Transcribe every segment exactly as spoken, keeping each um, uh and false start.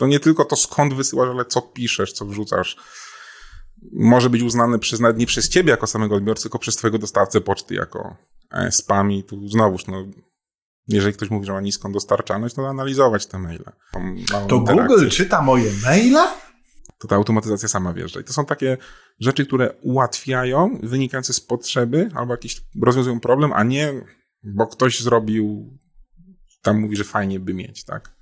to nie tylko to, skąd wysyłasz, ale co piszesz, co wrzucasz, może być uznane przez, nawet nie przez ciebie jako samego odbiorcy, tylko przez twojego dostawcę poczty jako spam i tu znowuż, no, jeżeli ktoś mówi, że ma niską dostarczalność, to analizować te maile. To Google czyta moje maile? To ta automatyzacja sama wjeżdża. I to są takie rzeczy, które ułatwiają, wynikające z potrzeby, albo jakiś rozwiązują problem, a nie, bo ktoś zrobił, tam mówi, że fajnie by mieć, tak?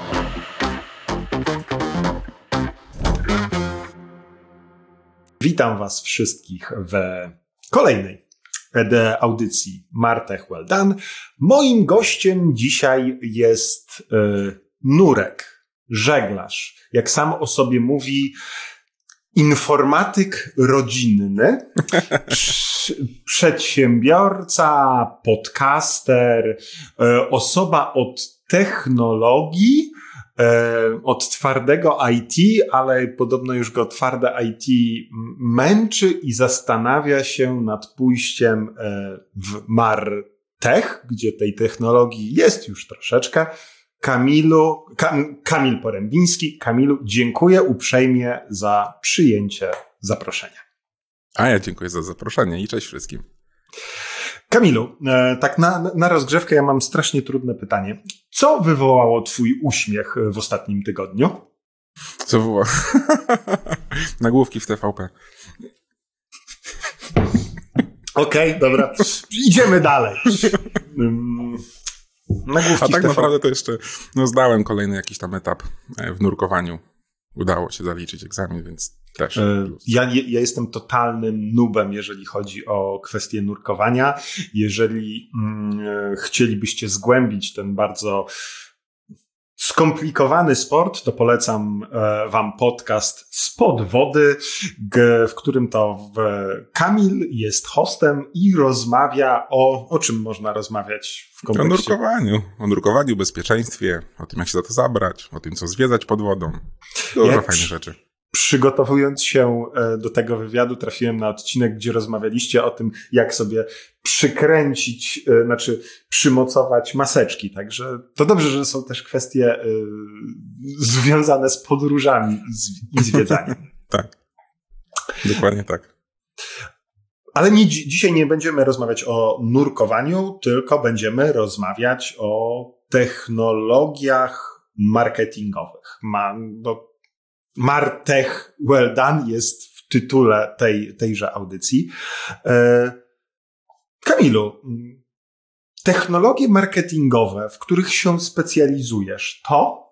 Witam was wszystkich w kolejnej audycji Martech Well Done. Moim gościem dzisiaj jest yy, Nurek, żeglarz. Jak sam o sobie mówi, informatyk rodzinny, przedsiębiorca, podcaster, yy, osoba od technologii, od twardego I T, ale podobno już go twarde I T męczy i zastanawia się nad pójściem w Martech, gdzie tej technologii jest już troszeczkę. Kamilu, Kam, Kamil Porębiński. Kamilu, dziękuję uprzejmie za przyjęcie zaproszenia. A ja dziękuję za zaproszenie i cześć wszystkim. Kamilu, tak na, na rozgrzewkę ja mam strasznie trudne pytanie. Co wywołało twój uśmiech w ostatnim tygodniu? Co było? Nagłówki w T V P. Okej, okay, dobra. Idziemy dalej. Nagłówki A tak naprawdę to jeszcze no, zdałem kolejny jakiś tam etap w nurkowaniu. Udało się zaliczyć egzamin, więc też. Ja, ja jestem totalnym noobem, jeżeli chodzi o kwestię nurkowania. Jeżeli mm, chcielibyście zgłębić ten bardzo skomplikowany sport, to polecam e, wam podcast Spod wody, g, w którym to w, Kamil jest hostem i rozmawia o... O czym można rozmawiać w kontekście? O nurkowaniu. O nurkowaniu, bezpieczeństwie, o tym, jak się za to zabrać, o tym, co zwiedzać pod wodą. Dużo jak fajnych rzeczy. Przygotowując się do tego wywiadu, trafiłem na odcinek, gdzie rozmawialiście o tym, jak sobie przykręcić, znaczy przymocować maseczki. Także to dobrze, że są też kwestie y, związane z podróżami i, z, i zwiedzaniem. Tak, dokładnie tak. Ale nie, dzisiaj nie będziemy rozmawiać o nurkowaniu, tylko będziemy rozmawiać o technologiach marketingowych. Ma, bo Martech Well Done jest w tytule tej, tejże audycji. E, Kamilu, technologie marketingowe, w których się specjalizujesz, to?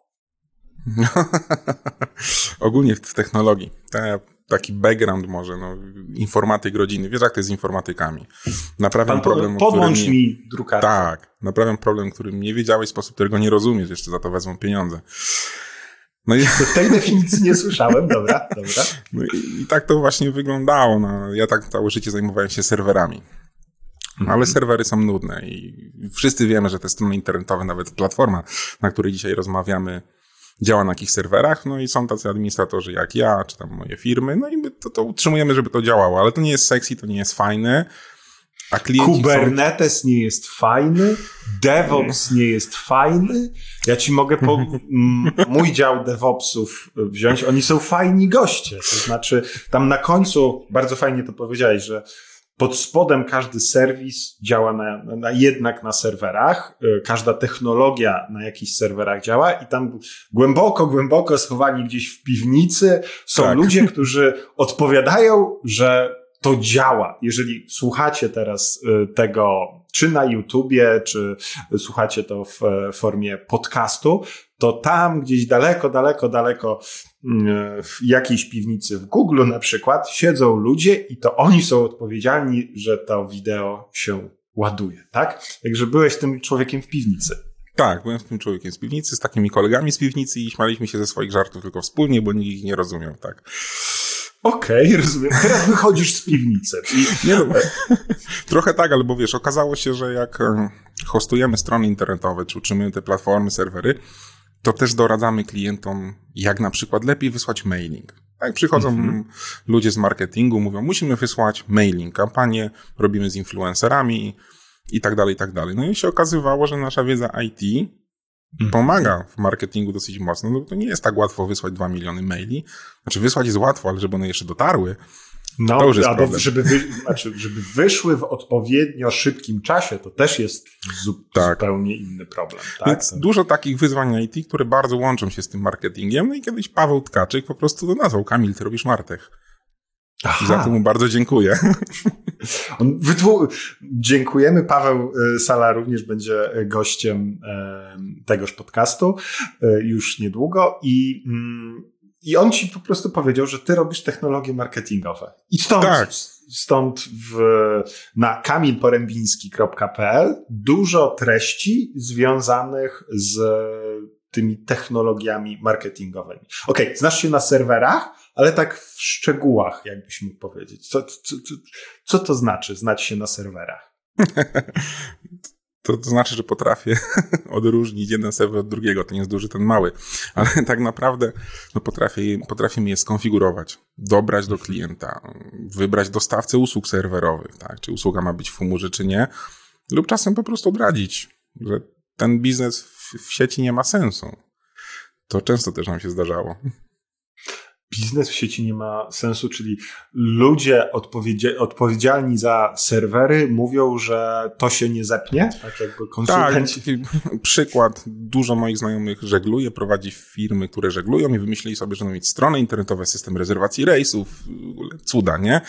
Ogólnie w technologii. Ta, taki background może, no, informatyk rodziny. Wiesz, jak to jest z informatykami. Naprawiam Pan problem, podłącz którym mi drukarkę. Tak, naprawiam problem, którym nie wiedziałeś, w sposób, którego nie rozumiesz, jeszcze za to wezmą pieniądze. No i... Tej definicji nie słyszałem, dobra, dobra. No i, i tak to właśnie wyglądało. No, ja tak całe życie zajmowałem się serwerami. No, ale serwery są nudne i wszyscy wiemy, że te strony internetowe, nawet platforma, na której dzisiaj rozmawiamy, działa na jakichś serwerach, no i są tacy administratorzy jak ja, czy tam moje firmy, no i my to, to utrzymujemy, żeby to działało, ale to nie jest sexy, to nie jest fajne. A Kubernetes są... nie jest fajny, DevOps nie jest fajny. Ja ci mogę po... m, mój dział DevOpsów wziąć. Oni są fajni goście. To znaczy, tam na końcu bardzo fajnie to powiedziałeś, że pod spodem każdy serwis działa na, na, jednak na serwerach. Każda technologia na jakichś serwerach działa i tam głęboko, głęboko schowani gdzieś w piwnicy są tak. ludzie, którzy odpowiadają, że to działa. Jeżeli słuchacie teraz tego czy na YouTubie, czy słuchacie to w formie podcastu, to tam gdzieś daleko, daleko, daleko w jakiejś piwnicy w Google na przykład siedzą ludzie i to oni są odpowiedzialni, że to wideo się ładuje, tak? Także byłeś tym człowiekiem w piwnicy. Tak, byłem tym człowiekiem z piwnicy, z takimi kolegami z piwnicy i śmialiśmy się ze swoich żartów tylko wspólnie, bo nikt ich nie rozumiał, tak. Okej, okay, rozumiem. Teraz wychodzisz z piwnicy. I... Nie no, trochę tak, ale bo wiesz, okazało się, że jak hostujemy strony internetowe, czy utrzymujemy te platformy, serwery, to też doradzamy klientom, jak na przykład lepiej wysłać mailing. Tak, przychodzą mm-hmm. ludzie z marketingu, mówią, musimy wysłać mailing, kampanię robimy z influencerami i tak dalej, i tak dalej. No i się okazywało, że nasza wiedza I T pomaga w marketingu dosyć mocno. No to nie jest tak łatwo wysłać dwa miliony maili. Znaczy wysłać jest łatwo, ale żeby one jeszcze dotarły, no, to już jest albo problem. Żeby, wy, znaczy, żeby wyszły w odpowiednio szybkim czasie, to też jest zu, tak. zupełnie inny problem. Tak? Więc to... dużo dużo takich wyzwań I T, które bardzo łączą się z tym marketingiem. No i kiedyś Paweł Tkaczyk po prostu to nazwał: Kamil, ty robisz Martech. I za to mu bardzo dziękuję. On wytłu... Dziękujemy. Paweł Sala również będzie gościem tegoż podcastu już niedługo i, i on ci po prostu powiedział, że ty robisz technologie marketingowe. I stąd, tak. stąd w, na kamil porębiński kropka p l dużo treści związanych z tymi technologiami marketingowymi. Okej, okay, znasz się na serwerach, ale tak w szczegółach, jakbyś mógł powiedzieć. Co, co, co, co to znaczy znać się na serwerach? To, to znaczy, że potrafię odróżnić jeden serwer od drugiego. To nie jest duży, ten mały. Ale tak naprawdę no potrafię, potrafimy je skonfigurować, dobrać do klienta, wybrać dostawcę usług serwerowych, tak? Czy usługa ma być w chmurze, czy nie. Lub czasem po prostu odradzić, że ten biznes w, w sieci nie ma sensu. To często też nam się zdarzało. Biznes w sieci nie ma sensu, czyli ludzie odpowiedzia- odpowiedzialni za serwery mówią, że to się nie zepnie? Tak jakby konsultanci. Tak, przykład. Dużo moich znajomych żegluje, prowadzi firmy, które żeglują i wymyślili sobie, że będą mieć strony internetowe, system rezerwacji rejsów, cuda, nie?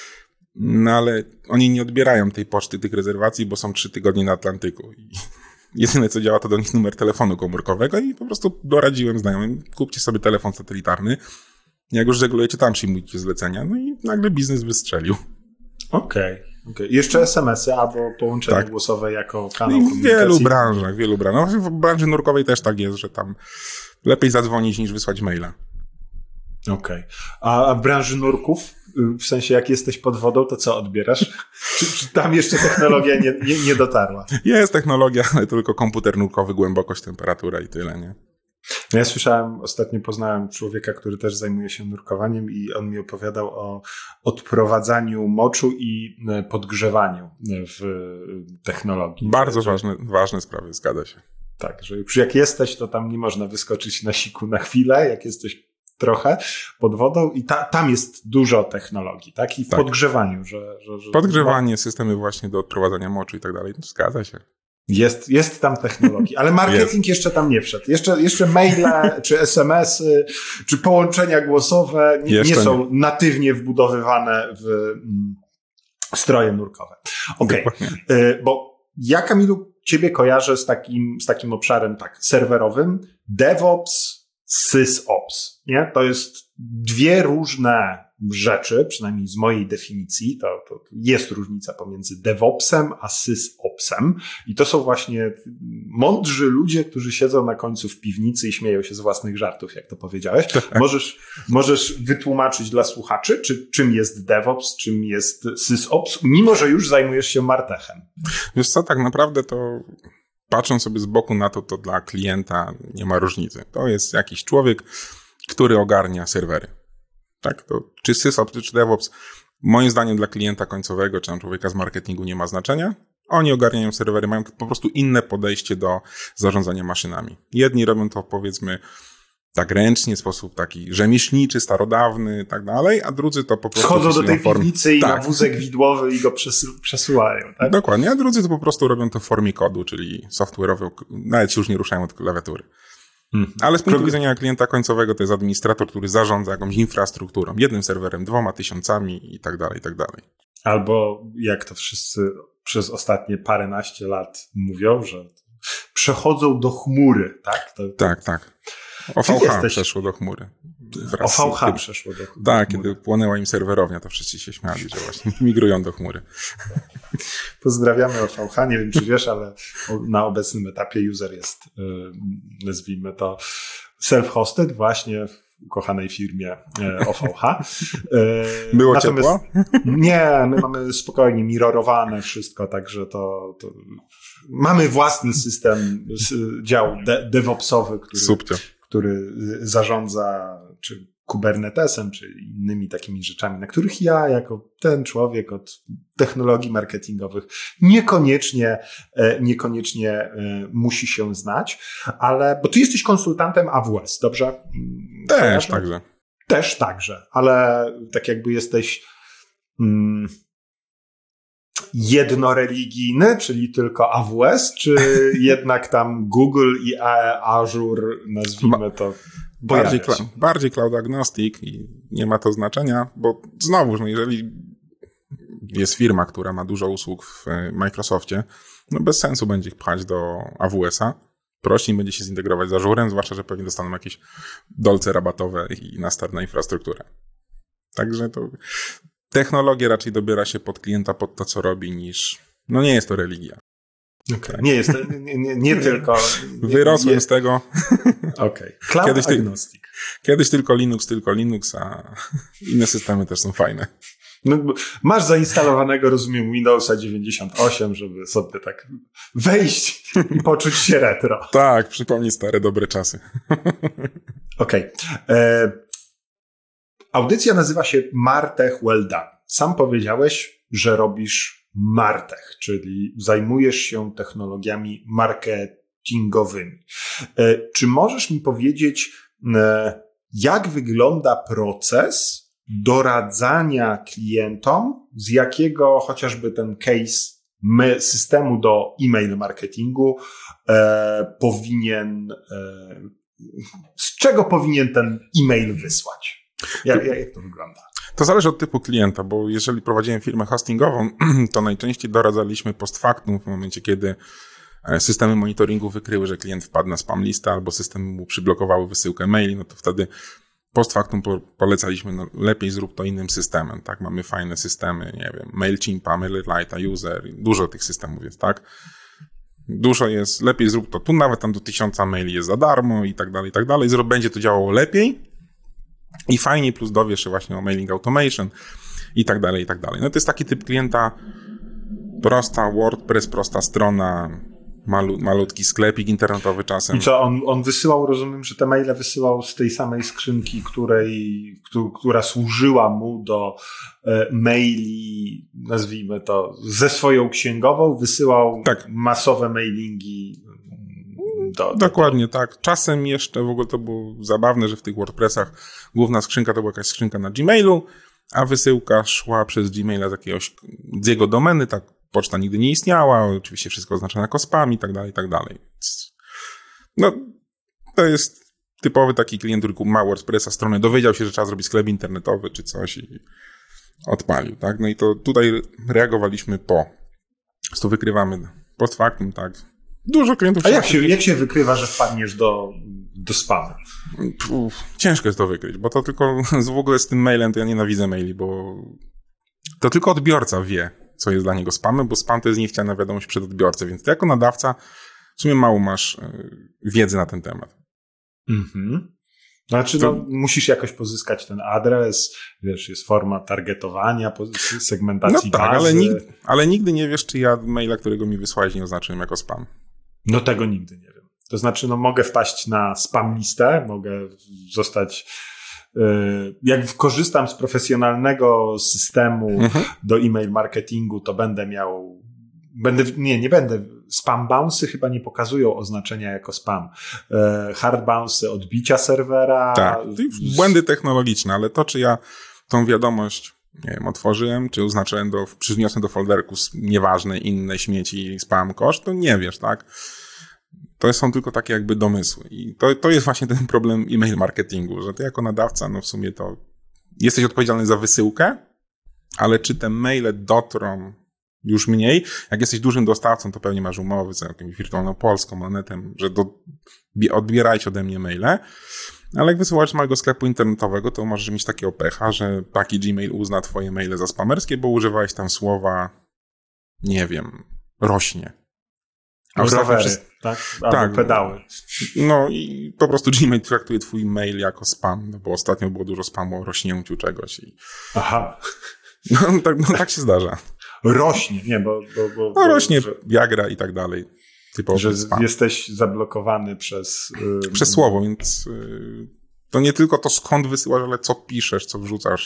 No ale oni nie odbierają tej poczty, tych rezerwacji, bo są trzy tygodnie na Atlantyku. I jedyne, co działa, to do nich numer telefonu komórkowego i po prostu doradziłem znajomym, kupcie sobie telefon satelitarny. Jak już żeglujecie, tam przyjmujcie zlecenia. No i nagle biznes wystrzelił. Okej. Okay, okay. Jeszcze es em esy albo połączenie tak. głosowe jako kanał no komunikacji. W wielu branżach, w wielu branżach. W branży nurkowej też tak jest, że tam lepiej zadzwonić niż wysłać maila. Okej. Okay. A w branży nurków, w sensie jak jesteś pod wodą, to co odbierasz? Czy, czy tam jeszcze technologia nie, nie, nie dotarła? Jest technologia, ale tylko komputer nurkowy, głębokość, temperatura i tyle, nie? Ja słyszałem, ostatnio poznałem człowieka, który też zajmuje się nurkowaniem i on mi opowiadał o odprowadzaniu moczu i podgrzewaniu w technologii. Bardzo że, ważne, ważne sprawy, zgadza się. Tak, że już jak jesteś, to tam nie można wyskoczyć na siku na chwilę, jak jesteś trochę pod wodą i ta, tam jest dużo technologii, tak? I w tak. podgrzewaniu. Że, że, że Podgrzewanie, systemy właśnie do odprowadzania moczu i tak dalej, zgadza się. Jest, jest tam technologii, ale marketing jeszcze tam nie wszedł. Jeszcze, jeszcze maile, czy es em esy, czy połączenia głosowe nie, nie są nie. natywnie wbudowywane w mm, stroje nurkowe. Okej, okay. Bo ja, Kamilu, ciebie kojarzę z takim, z takim obszarem tak serwerowym, DevOps, SysOps, nie? To jest dwie różne rzeczy, przynajmniej z mojej definicji, to, to jest różnica pomiędzy DevOpsem a SysOpsem i to są właśnie mądrzy ludzie, którzy siedzą na końcu w piwnicy i śmieją się z własnych żartów, jak to powiedziałeś. Tak. Możesz, możesz wytłumaczyć dla słuchaczy, czy, czym jest DevOps, czym jest SysOps, mimo że już zajmujesz się Martechem. Wiesz co, tak naprawdę to patrząc sobie z boku na to, to dla klienta nie ma różnicy. To jest jakiś człowiek, który ogarnia serwery. Tak, to czy SysOps, czy DevOps, moim zdaniem dla klienta końcowego, czy tam człowieka z marketingu nie ma znaczenia. Oni ogarniają serwery, mają po prostu inne podejście do zarządzania maszynami. Jedni robią to, powiedzmy, tak ręcznie, w sposób taki rzemieślniczy, starodawny i tak dalej, a drudzy to po prostu... Wchodzą do tej form... piwnicy i tak. na wózek widłowy i go przesu- przesuwają, tak? Dokładnie, a drudzy to po prostu robią to w formie kodu, czyli software'owego, nawet się już nie ruszają od klawiatury. Hmm. Ale z punktu Pro... widzenia klienta końcowego to jest administrator, który zarządza jakąś infrastrukturą, jednym serwerem, dwoma tysiącami i tak dalej, i tak dalej. Albo jak to wszyscy przez ostatnie paręnaście lat mówią, że przechodzą do chmury, tak? To, to... Tak, tak. O V H jesteś... przeszło do chmury. O V H tym... przeszło do chmury. Tak, kiedy płonęła im serwerownia, to wszyscy się śmiali, że właśnie migrują do chmury. Pozdrawiamy O V H. Nie wiem, czy wiesz, ale na obecnym etapie user jest, nazwijmy to, self-hosted właśnie w ukochanej firmie O V H. Było Natomiast, ciepło? Nie, my mamy spokojnie mirorowane wszystko, także to, to mamy własny system, dział de- DevOpsowy, który, który zarządza, czy Kubernetesem, czy innymi takimi rzeczami, na których ja, jako ten człowiek od technologii marketingowych, niekoniecznie, niekoniecznie musi się znać, ale, bo ty jesteś konsultantem A W S, dobrze? Też Kojarzę? Także. Też także, ale tak jakby jesteś mm, jednoreligijny, czyli tylko A W S, czy jednak tam Google i Azure, nazwijmy to, bardziej, cl- bardziej cloud agnostic i nie ma to znaczenia, bo znowuż, no jeżeli jest firma, która ma dużo usług w Microsoftie, no bez sensu będzie ich pchać do A W S-a. Prościej będzie się zintegrować z Azurem, zwłaszcza, że pewnie dostaną jakieś dolce rabatowe i na start na infrastrukturę. Także to technologia raczej dobiera się pod klienta, pod to, co robi, niż... No nie jest to religia. Okay. Nie jest, nie, nie, nie tylko... Nie, Wyrosłem nie... z tego. Okej. Okay. Cloud kiedyś agnostic. Ty, kiedyś tylko Linux, tylko Linux, a inne systemy też są fajne. No, masz zainstalowanego, rozumiem, Windowsa dziewięćdziesiąt osiem, żeby sobie tak wejść i poczuć się retro. Tak, przypomnij stare, dobre czasy. Okej. Okay. Audycja nazywa się Martech Well Done. Sam powiedziałeś, że robisz Martech, czyli zajmujesz się technologiami marketingowymi. E, czy możesz mi powiedzieć, e, jak wygląda proces doradzania klientom, z jakiego chociażby ten case my, systemu do e-mail marketingu e, powinien, e, z czego powinien ten e-mail wysłać? Jak, jak to wygląda? To zależy od typu klienta, bo jeżeli prowadziłem firmę hostingową, to najczęściej doradzaliśmy post factum w momencie, kiedy systemy monitoringu wykryły, że klient wpadł na spam listę albo systemy mu przyblokowały wysyłkę maili, no to wtedy post factum polecaliśmy, no lepiej zrób to innym systemem, tak? Mamy fajne systemy, nie wiem, MailChimpa, MailerLite'a, User, dużo tych systemów jest, tak? Dużo jest, lepiej zrób to tu, nawet tam do tysiąca maili jest za darmo i tak dalej, i tak dalej. Zrób, będzie to działało lepiej i fajniej, plus dowiesz się właśnie o mailing automation i tak dalej, i tak dalej. No to jest taki typ klienta, prosta WordPress, prosta strona, Malu, malutki sklepik internetowy czasem. I co, on, on wysyłał, rozumiem, że te maile wysyłał z tej samej skrzynki, której, która służyła mu do e, maili, nazwijmy to, ze swoją księgową, wysyłał tak. masowe mailingi. Do, do, Dokładnie do... tak. Czasem jeszcze w ogóle to było zabawne, że w tych WordPressach główna skrzynka to była jakaś skrzynka na Gmailu, a wysyłka szła przez Gmaila z jakiegoś, z jego domeny, tak. Poczta nigdy nie istniała, oczywiście wszystko oznaczone jako spam i tak dalej, i tak dalej. No, to jest typowy taki klient, który ma WordPressa stronę, dowiedział się, że trzeba zrobić sklep internetowy czy coś i odpalił, tak? No i to tutaj reagowaliśmy po. To wykrywamy post factum, tak? Dużo klientów... A jak się, jak się wykrywa, że wpadniesz do, do spamu? Uf, ciężko jest to wykryć, bo to tylko w ogóle z tym mailem, to ja nienawidzę maili, bo to tylko odbiorca wie, co jest dla niego spamem, bo spam to jest niechciana wiadomość przed odbiorcą, więc ty jako nadawca w sumie mało masz wiedzy na ten temat. Mhm. Znaczy, to... no, musisz jakoś pozyskać ten adres, wiesz, jest forma targetowania, segmentacji no tak, bazy. Ale nigdy, ale nigdy nie wiesz, czy ja maila, którego mi wysłałeś, nie oznaczyłem jako spam. No tego nigdy nie wiem. To znaczy, no mogę wpaść na spam listę, mogę zostać... Jak korzystam z profesjonalnego systemu mhm. do e-mail marketingu, to będę miał, będę, nie, nie będę, spam bounce'y chyba nie pokazują oznaczenia jako spam. Hard bounce'y, odbicia serwera. Tak, błędy technologiczne, ale to, czy ja tą wiadomość, nie wiem, otworzyłem, czy oznaczyłem do, przyniosłem do folderku nieważne inne śmieci, spam, koszt, to nie wiesz, tak? To są tylko takie jakby domysły. I to, to jest właśnie ten problem e-mail marketingu, że ty jako nadawca, no w sumie to jesteś odpowiedzialny za wysyłkę, ale czy te maile dotrą już mniej? Jak jesteś dużym dostawcą, to pewnie masz umowy z jakimś wirtualną Polską, Monetem, że do, odbierajcie ode mnie maile, ale jak wysyłasz z małego sklepu internetowego, to możesz mieć takiego pecha, że taki Gmail uzna twoje maile za spamerskie, bo używałeś tam słowa, nie wiem, rośnie. A rowery, przez... tak? Albo tak, pedały. No i po prostu Gmail traktuje twój mail jako spam, no bo ostatnio było dużo spamu o rośnięciu czegoś. I... Aha. No tak, no tak się zdarza. Rośnie, nie, bo... bo, bo no rośnie, że, Viagra i tak dalej. Typowy że spam. Jesteś zablokowany przez... Yy... Przez słowo, więc yy, To nie tylko to, skąd wysyłasz, ale co piszesz, co wrzucasz.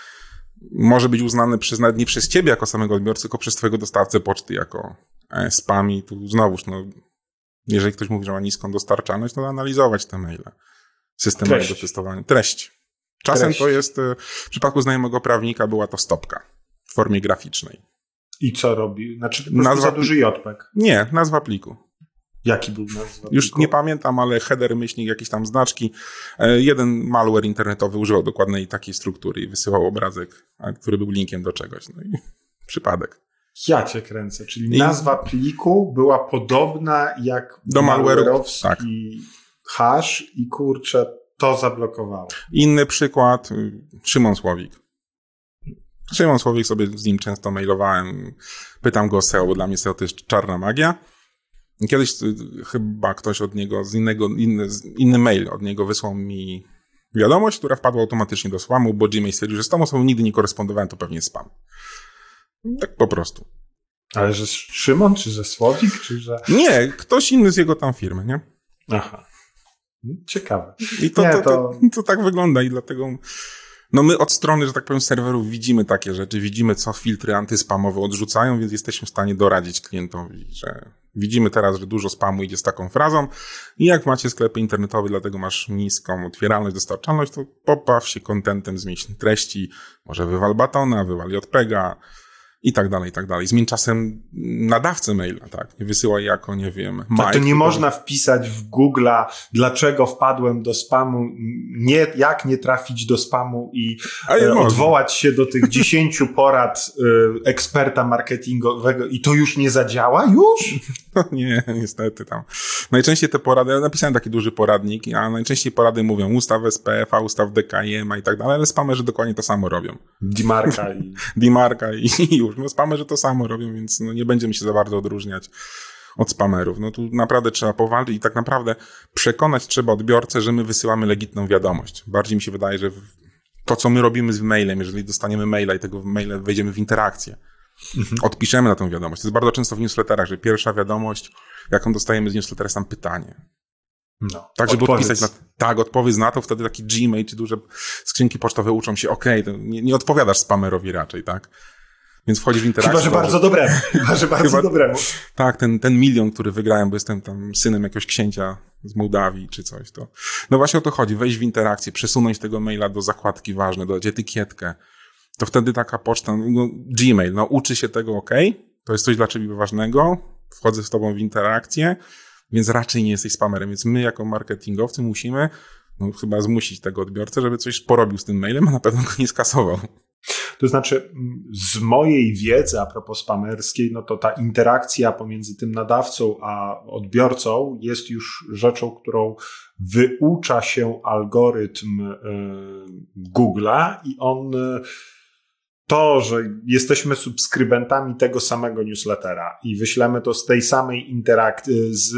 Może być uznane przez, nawet nie przez ciebie jako samego odbiorcę, tylko przez twojego dostawcę poczty jako e, spam i tu znowuż, no, jeżeli ktoś mówi, że ma niską dostarczalność, to analizować te maile. Systemowego testowania. Treść. Czasem Treść. To jest, w przypadku znajomego prawnika była to stopka w formie graficznej. I co robi? Znaczy po prostu nazwa za duży jodpek? Nie, nazwa pliku. Jaki był nazwa? Już pliku? Nie pamiętam, ale header, myślnik, jakieś tam znaczki. Jeden malware internetowy używał dokładnej takiej struktury i wysyłał obrazek, który był linkiem do czegoś. No i przypadek. Ja cię kręcę, czyli I... nazwa pliku była podobna jak do malware'owski tak. hash i kurczę, to zablokowało. Inny przykład, Szymon Słowik. Szymon Słowik, sobie z nim często mailowałem, pytam go o S E O, bo dla mnie S E O to jest czarna magia. Kiedyś chyba ktoś od niego, z innego, inny, inny mail od niego wysłał mi wiadomość, która wpadła automatycznie do spamu, bo Gmail stwierdził, że z tą osobą nigdy nie korespondowałem, to pewnie spam. Tak po prostu. Ale że Szymon, czy że Słowik, czy że... Nie, ktoś inny z jego tam firmy, nie? Aha. Ciekawe. I to, nie, to, to... To, to tak wygląda i dlatego... No my od strony, że tak powiem, serwerów widzimy takie rzeczy, widzimy, co filtry antyspamowe odrzucają, więc jesteśmy w stanie doradzić klientowi, że widzimy teraz, że dużo spamu idzie z taką frazą i jak macie sklepy internetowe, dlatego masz niską otwieralność, dostarczalność, to pobaw się kontentem, zmień treści, może wywal batona, wywal jpega i tak dalej, i tak dalej. Zmień czasem nadawcę maila, tak? Nie wysyłaj jako, nie wiem, Mike. Tak, to nie tylko... można wpisać w Google'a, dlaczego wpadłem do spamu, nie, jak nie trafić do spamu i e, odwołać się do tych dziesięciu porad e, eksperta marketingowego i to już nie zadziała? Już? No nie, niestety tam. Najczęściej te porady, ja napisałem taki duży poradnik, a najczęściej porady mówią ustaw S P F a, ustaw D K I M a i tak dalej, ale spamerzy dokładnie to samo robią. Dimarka i... Dimarka i już. No spamerzy to samo robią, więc no nie będziemy się za bardzo odróżniać od spamerów. No tu naprawdę trzeba powalczyć i tak naprawdę przekonać trzeba odbiorcę, że my wysyłamy legitną wiadomość. Bardziej mi się wydaje, że to, co my robimy z mailem, jeżeli dostaniemy maila i tego maila wejdziemy w interakcję, mhm. odpiszemy na tą wiadomość. To jest bardzo często w newsletterach, że pierwsza wiadomość, jaką dostajemy z newslettera, jest tam pytanie. No, tak, żeby odpowiedz. odpisać na, tak, odpowiedz na to, wtedy taki Gmail czy duże skrzynki pocztowe uczą się, okej, okay, nie, nie odpowiadasz spamerowi raczej, tak? Więc wchodzisz w interakcję. Chyba, że bardzo że... dobremu. Chyba, że bardzo Chyba... dobremu. Tak, ten, ten milion, który wygrałem, bo jestem tam synem jakiegoś księcia z Mołdawii czy coś, to no właśnie o to chodzi, wejść w interakcję, przesunąć tego maila do zakładki ważne, dodać etykietkę, to wtedy taka poczta, no, Gmail, no uczy się tego, okej, okay, to jest coś dla ciebie ważnego, wchodzę z tobą w interakcję, więc raczej nie jesteś spamerem, więc my jako marketingowcy musimy no, chyba zmusić tego odbiorcę, żeby coś porobił z tym mailem, a na pewno go nie skasował. To znaczy, z mojej wiedzy a propos spamerskiej, no to ta interakcja pomiędzy tym nadawcą a odbiorcą jest już rzeczą, którą wyucza się algorytm y, Google'a i on... Y, To, że jesteśmy subskrybentami tego samego newslettera i wyślemy to z tej samej interakcji, z,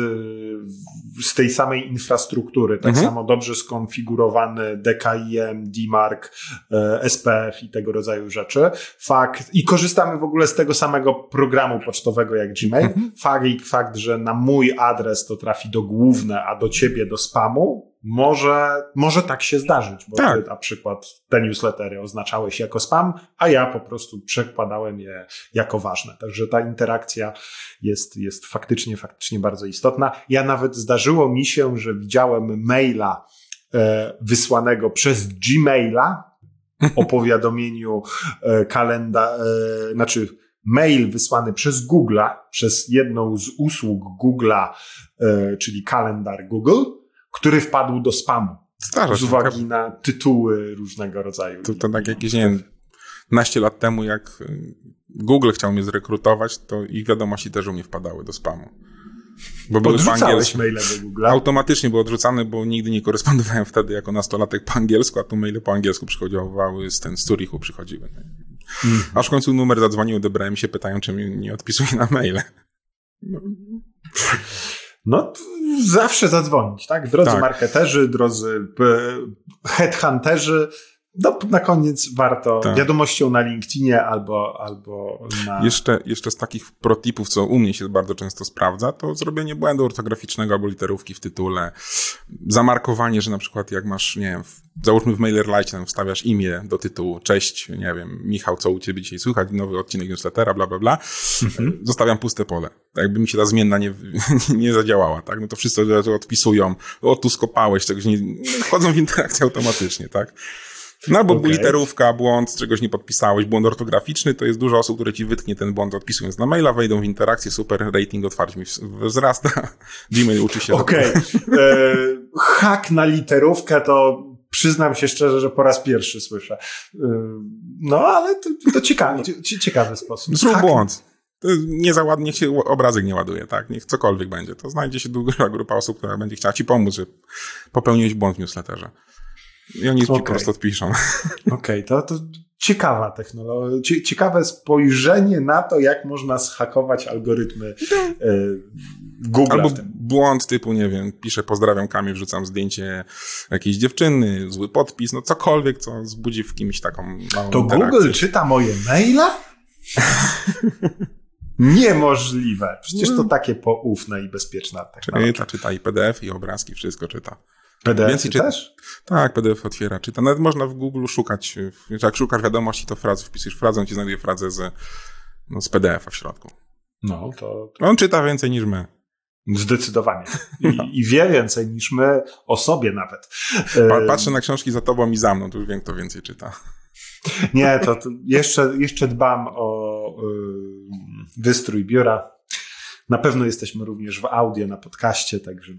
z tej samej infrastruktury, tak mhm. samo dobrze skonfigurowany D K I M, Dmark, S P F i tego rodzaju rzeczy. Fakt, i korzystamy w ogóle z tego samego programu pocztowego jak Gmail. Mhm. Fakt, fakt, że na mój adres to trafi do główne, a do ciebie do spamu, Może, może tak się zdarzyć, bo tak. Ty na przykład te newslettery oznaczałeś jako spam, a ja po prostu przekładałem je jako ważne. Także ta interakcja jest, jest faktycznie, faktycznie bardzo istotna. Ja nawet zdarzyło mi się, że widziałem maila e, wysłanego przez Gmaila o powiadomieniu e, kalenda, e, znaczy mail wysłany przez Google'a, przez jedną z usług Google'a, e, czyli kalendar Google, który wpadł do spamu. Zdarza z uwagi się. na tytuły różnego rodzaju. To, to tak jakieś, nie wiem, naście lat temu, jak Google chciał mnie zrekrutować, to ich wiadomości też u mnie wpadały do spamu. Bo były po angielsku. Maile do Google? Automatycznie były odrzucane, bo nigdy nie korespondowałem wtedy jako nastolatek po angielsku, a tu maile po angielsku przychodziły, z ten z Zurichu przychodziły. Mm. Aż w końcu numer zadzwonił, odebrałem się, pytają, czy mi nie odpisuje na maile. No. No, zawsze zadzwonić, tak? Drodzy tak. marketerzy, drodzy headhunterzy, No, na koniec warto tak. wiadomością na LinkedInie albo, albo na... Jeszcze, jeszcze z takich protipów, co u mnie się bardzo często sprawdza, to zrobienie błędu ortograficznego albo literówki w tytule. Zamarkowanie, że na przykład jak masz, nie wiem, w, załóżmy w MailerLite tam wstawiasz imię do tytułu, cześć, nie wiem, Michał, co u ciebie dzisiaj słychać, nowy odcinek newslettera, bla, bla, bla. Mhm. Zostawiam puste pole. Tak jakby mi się ta zmienna nie, nie zadziałała, tak? No to wszyscy odpisują, o, tu skopałeś, czegoś nie... Wchodzą w interakcję automatycznie, tak? No albo okay. literówka, błąd, czegoś nie podpisałeś, błąd ortograficzny, to jest dużo osób, które ci wytknie ten błąd odpisując na maila, wejdą w interakcję, super, rating otwarcie mi wzrasta, Gmail uczy się. Okej, okay. Hak na literówkę to przyznam się szczerze, że po raz pierwszy słyszę. No ale to, to ciekawy, ciekawy sposób. Zrób Hak... błąd. Nie za ładnie, niech się obrazek nie ładuje, tak? Niech cokolwiek będzie. To znajdzie się duża grupa osób, która będzie chciała ci pomóc, że popełniłeś błąd w newsletterze. I oni okay. ci po prostu odpiszą. Okej, okay, to, to ciekawa technologia, ciekawe spojrzenie na to, jak można zhakować algorytmy y, Google. Albo błąd typu, nie wiem, piszę pozdrawiam Kamil, wrzucam zdjęcie jakiejś dziewczyny, zły podpis, no cokolwiek, co wzbudzi w kimś taką małą To interakcję. Google czyta moje maila? Niemożliwe. Przecież to takie poufne i bezpieczne technologia. Czyta, czyta i P D F, i obrazki, wszystko czyta. P D F też? Tak, P D F otwiera, czyta. Nawet można w Google szukać. Jak szukasz wiadomości, to frazę wpisujesz frazę, on ci znajduje frazę z, no, z P D F-a w środku. No, to, to... On czyta więcej niż my. Zdecydowanie. I, no. I wie więcej niż my o sobie nawet. Patrzę na książki za tobą i za mną, to już wiem, kto więcej czyta. Nie, to, to jeszcze, jeszcze dbam o y, wystrój biura. Na pewno jesteśmy również w audio, na podcaście, także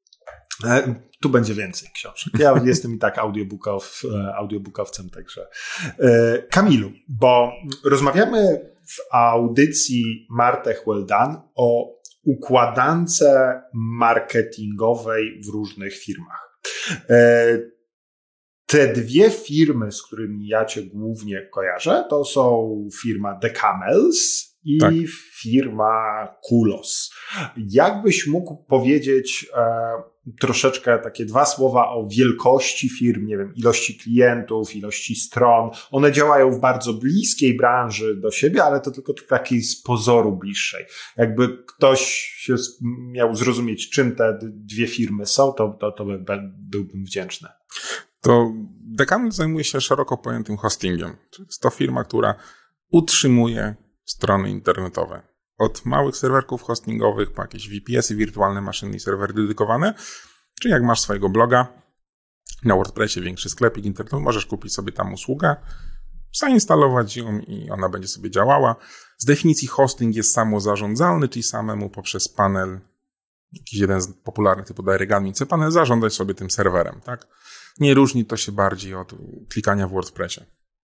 e, tu będzie więcej książek. Ja jestem i tak audiobookow, audiobookowcem, także. E, Kamilu, bo rozmawiamy w audycji Martech Well Done o układance marketingowej w różnych firmach. E, Te dwie firmy, z którymi ja cię głównie kojarzę, to są firma The Camels i tak. firma Kulos. Jakbyś mógł powiedzieć e, troszeczkę takie dwa słowa o wielkości firm, nie wiem, ilości klientów, ilości stron. One działają w bardzo bliskiej branży do siebie, ale to tylko takiej z pozoru bliższej. Jakby ktoś się miał zrozumieć, czym te dwie firmy są, to, to, to by, byłbym wdzięczny. To The Camel zajmuje się szeroko pojętym hostingiem. To jest to firma, która utrzymuje strony internetowe. Od małych serwerków hostingowych po jakieś V P S y, wirtualne maszyny i serwery dedykowane. Czy jak masz swojego bloga na WordPressie, większy sklepik internetowy, możesz kupić sobie tam usługę, zainstalować ją i ona będzie sobie działała. Z definicji hosting jest samozarządzalny, czyli samemu poprzez panel, jakiś jeden z popularnych typu Direct Admin C panel, zarządzać sobie tym serwerem, tak? Nie różni to się bardziej od klikania w WordPressie.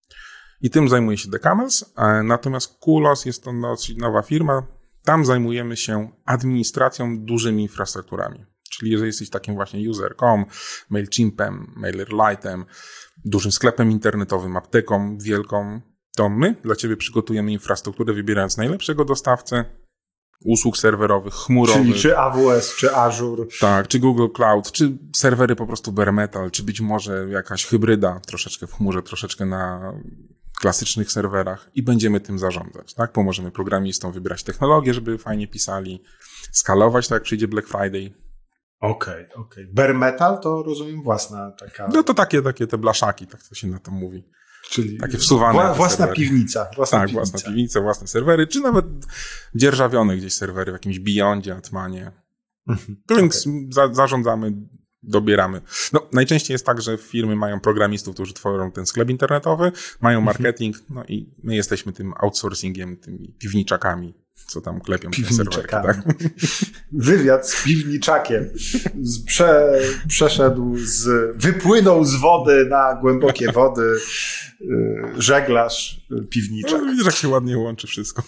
I tym zajmuje się The Camels, natomiast Kulos jest to dosyć nowa firma. Tam zajmujemy się administracją dużymi infrastrukturami. Czyli jeżeli jesteś takim właśnie user kropka com, MailChimpem, MailerLite'em, dużym sklepem internetowym, apteką wielką, to my dla ciebie przygotujemy infrastrukturę, wybierając najlepszego dostawcę usług serwerowych, chmurowych. Czyli czy A W S, czy Azure. Tak, czy Google Cloud, czy serwery po prostu bare metal, czy być może jakaś hybryda, troszeczkę w chmurze, troszeczkę na klasycznych serwerach i będziemy tym zarządzać, tak? Pomożemy programistom wybierać technologię, żeby fajnie pisali, skalować, tak jak przyjdzie Black Friday. Okej, okay, okej. Okay. Bare metal to rozumiem własna taka... No to takie, takie te blaszaki, tak to się na to mówi. Czyli takie wsuwane. Wła, własna serwery. piwnica. Własna tak, piwnica. własna piwnica, własne serwery, czy nawet dzierżawione gdzieś serwery w jakimś Beyondzie, Atmanie. Mhm. To więc okay. za, zarządzamy, dobieramy. No, najczęściej jest tak, że firmy mają programistów, którzy tworzą ten sklep internetowy, mają marketing, mhm. no i my jesteśmy tym outsourcingiem, tymi piwniczakami, co tam klepią te serwery. Tak? Wywiad z piwniczakiem. Z prze, przeszedł z, wypłynął z wody na głębokie wody yy, żeglarz, piwniczak. No, widzisz, jak się ładnie łączy wszystko.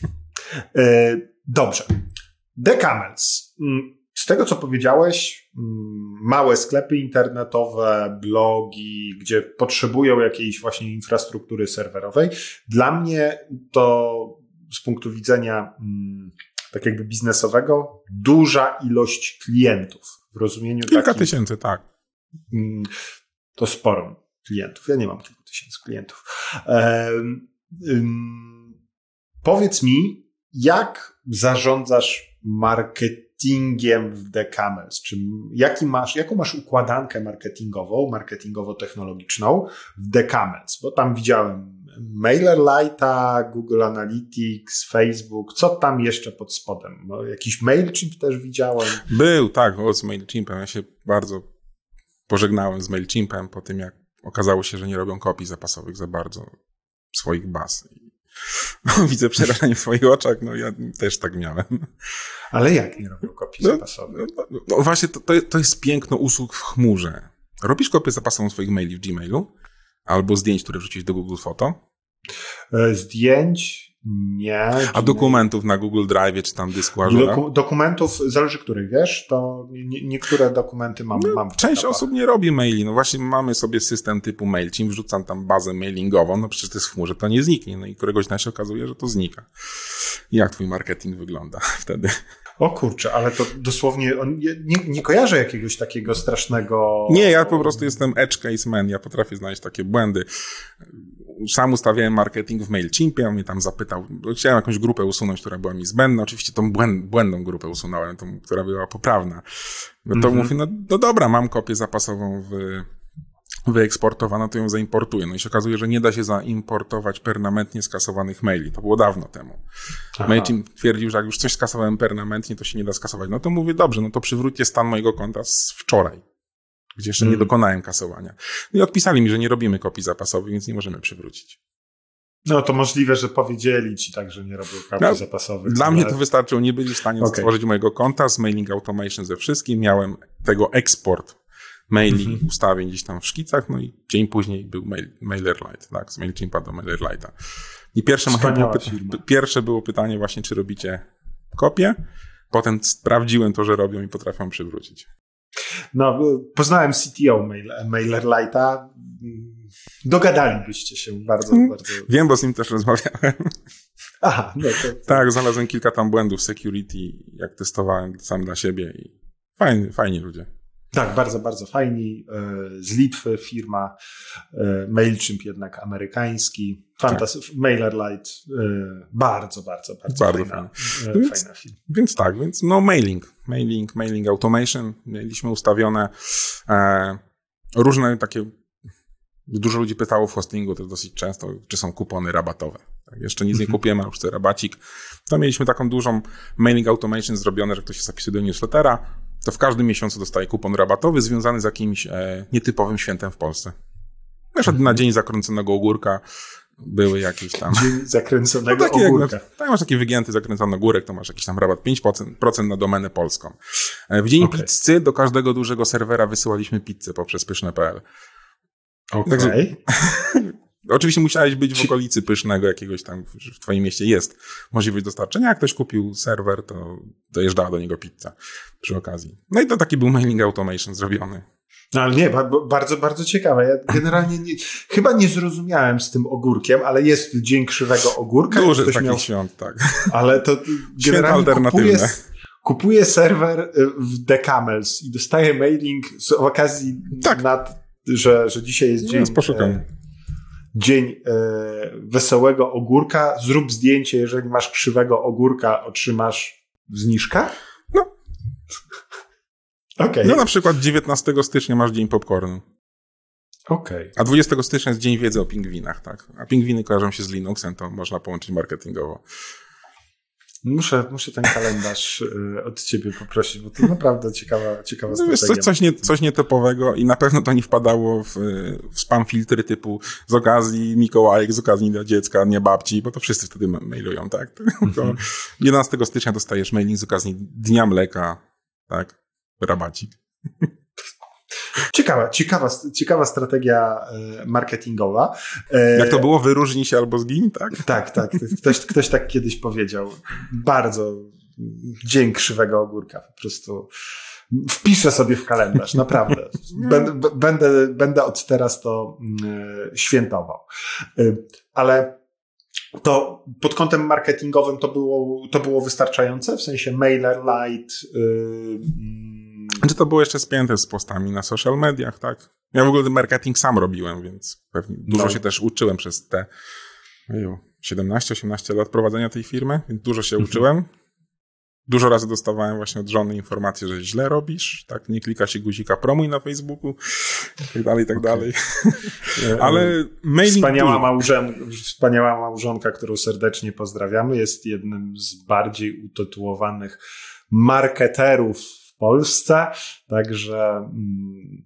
Yy, dobrze. The Camels. Z tego, co powiedziałeś, małe sklepy internetowe, blogi, gdzie potrzebują jakiejś właśnie infrastruktury serwerowej. Dla mnie to z punktu widzenia tak jakby biznesowego duża ilość klientów w rozumieniu Kilka takim, tysięcy, tak. To sporo. klientów. Ja nie mam kilku tysięcy klientów. Um, um, powiedz mi, jak zarządzasz marketingiem w Decamels? Czy jaki masz, jaką masz układankę marketingową, marketingowo-technologiczną w Decamels? Bo tam widziałem MailerLite'a, Google Analytics, Facebook. Co tam jeszcze pod spodem? No, jakiś MailChimp też widziałem. Był, tak, o, z MailChimpem. Ja się bardzo pożegnałem z MailChimpem po tym, jak okazało się, że nie robią kopii zapasowych za bardzo swoich baz. Widzę przerażenie w swoich oczach, no ja też tak miałem. Ale jak nie robią kopii no, zapasowych? No, no, no właśnie, to, to jest piękno usług w chmurze. Robisz kopię zapasową swoich maili w Gmailu albo zdjęć, które wrzucisz do Google Photo? Zdjęć? Nie. A Gmail. Dokumentów na Google Drive czy tam dysku Azure? Doku- dokumentów, zależy których, wiesz, to nie, niektóre dokumenty mam, no, mam w Część backupach. osób nie robi maili. No właśnie mamy sobie system typu MailChimp, wrzucam tam bazę mailingową, no przecież to jest w chmurze, to nie zniknie. No i któregoś dnia się okazuje, że to znika. Jak twój marketing wygląda wtedy? O kurczę, ale to dosłownie, on, nie, nie kojarzę jakiegoś takiego strasznego... Nie, ja po prostu jestem edge case man, ja potrafię znaleźć takie błędy. Sam ustawiałem marketing w MailChimpie, on mnie tam zapytał, chciałem jakąś grupę usunąć, która była mi zbędna, oczywiście tą błęd, błędną grupę usunąłem, tą, która była poprawna. No to mm-hmm. mówię, no, no dobra, mam kopię zapasową w, wyeksportowaną, to ją zaimportuję. No i się okazuje, że nie da się zaimportować permanentnie skasowanych maili. To było dawno temu. Aha. MailChimp twierdził, że jak już coś skasowałem permanentnie, to się nie da skasować. No to mówię, dobrze, no to przywróćcie stan mojego konta z wczoraj, gdzie jeszcze hmm. nie dokonałem kasowania. No i odpisali mi, że nie robimy kopii zapasowych, więc nie możemy przywrócić. No to możliwe, że powiedzieli ci tak, że nie robią kopii no, zapasowych. Dla mnie to wystarczyło, nie byli w stanie okay. stworzyć mojego konta z mailing automation ze wszystkim. Miałem tego eksport maili, mm-hmm. ustawień gdzieś tam w szkicach, no i dzień później był mail, MailerLite, tak, z MailChimpa do MailerLite'a. I pierwsze, było pyta- pierwsze było pytanie właśnie, czy robicie kopię. Potem sprawdziłem to, że robią i potrafią przywrócić. No, poznałem C T O mail, MailerLite'a. Dogadalibyście się bardzo, hmm. bardzo. Wiem, bo z nim też rozmawiałem. Aha, no to, to... Tak, znalazłem kilka tam błędów security, jak testowałem sam dla siebie i fajni, fajni ludzie. Tak, bardzo, bardzo fajni. Z Litwy firma, MailChimp jednak amerykański. Fantasy, tak. MailerLite, bardzo, bardzo, bardzo, bardzo fajna, fajna. Więc, fajna firma. Więc tak, więc no mailing, mailing, mailing automation. Mieliśmy ustawione e, różne takie, dużo ludzi pytało w hostingu, to dosyć często, czy są kupony rabatowe. Tak, jeszcze nic mm-hmm. nie kupiłem, a już chcę rabacik. To mieliśmy taką dużą mailing automation zrobione, że ktoś się zapisuje do newslettera, to w każdym miesiącu dostaje kupon rabatowy związany z jakimś e, nietypowym świętem w Polsce. Na przykład na dzień zakręconego ogórka były jakieś tam... Dzień zakręconego no, ogórka. Jak, tak, masz taki wygięty zakręcony ogórek, to masz jakiś tam rabat pięć procent na domenę polską. E, w dzień okay. pizzy do każdego dużego serwera wysyłaliśmy pizzę poprzez pyszne kropka p l. Okej. Okay. Oczywiście musiałeś być w okolicy Pysznego jakiegoś tam, w twoim mieście jest możliwość dostarczenia. Jak ktoś kupił serwer, to dojeżdżała do niego pizza przy okazji. No i to taki był mailing automation zrobiony. No ale nie, bardzo, bardzo ciekawe. Ja generalnie nie, chyba nie zrozumiałem z tym ogórkiem, ale jest dzień krzywego ogórka. Duży taki miał, świąt, tak. Ale to generalnie kupuje, kupuje serwer w Decamels i dostaje mailing z okazji tak. nad, że, że dzisiaj jest dzień... No, Dzień e, wesołego ogórka, zrób zdjęcie, jeżeli masz krzywego ogórka, otrzymasz zniżkę? No. Okay. No na przykład dziewiętnastego stycznia masz dzień popcornu. Okej. Okay. A dwudziestego stycznia jest dzień wiedzy o pingwinach, tak? A pingwiny kojarzą się z Linuxem, to można połączyć marketingowo. Muszę, muszę ten kalendarz y, od ciebie poprosić, bo to naprawdę ciekawa, ciekawa no, strategia. Coś, coś, nie, coś nietypowego i na pewno to nie wpadało w, w spam filtry typu z okazji Mikołajek, z okazji dla dziecka, nie babci, bo to wszyscy wtedy mailują, tak? Mm-hmm. jedenastego stycznia dostajesz mailing z okazji Dnia Mleka, tak? Rabacik. Ciekawa, ciekawa, ciekawa strategia marketingowa. Jak to było? Wyróżnij się albo zgiń, tak? Tak, tak. Ktoś, ktoś tak kiedyś powiedział. Bardzo dzień krzywego ogórka. Po prostu wpiszę sobie w kalendarz, naprawdę. Będę, będę, będę od teraz to świętował. Ale to pod kątem marketingowym to było, to było wystarczające? W sensie MailerLite... Yy, Znaczy to było jeszcze spięte z postami na social mediach, tak? Ja w ogóle marketing sam robiłem, więc pewnie dużo no. się też uczyłem przez te siedemnaście osiemnaście lat prowadzenia tej firmy, więc dużo się mhm. uczyłem. Dużo razy dostawałem właśnie od żony informację, że źle robisz, tak, nie klika się guzika promuj na Facebooku i tak dalej, i tak okay. dalej. Ale mailing wspaniała, małżon, wspaniała małżonka, którą serdecznie pozdrawiamy, jest jednym z bardziej utytułowanych marketerów w Polsce, także mm,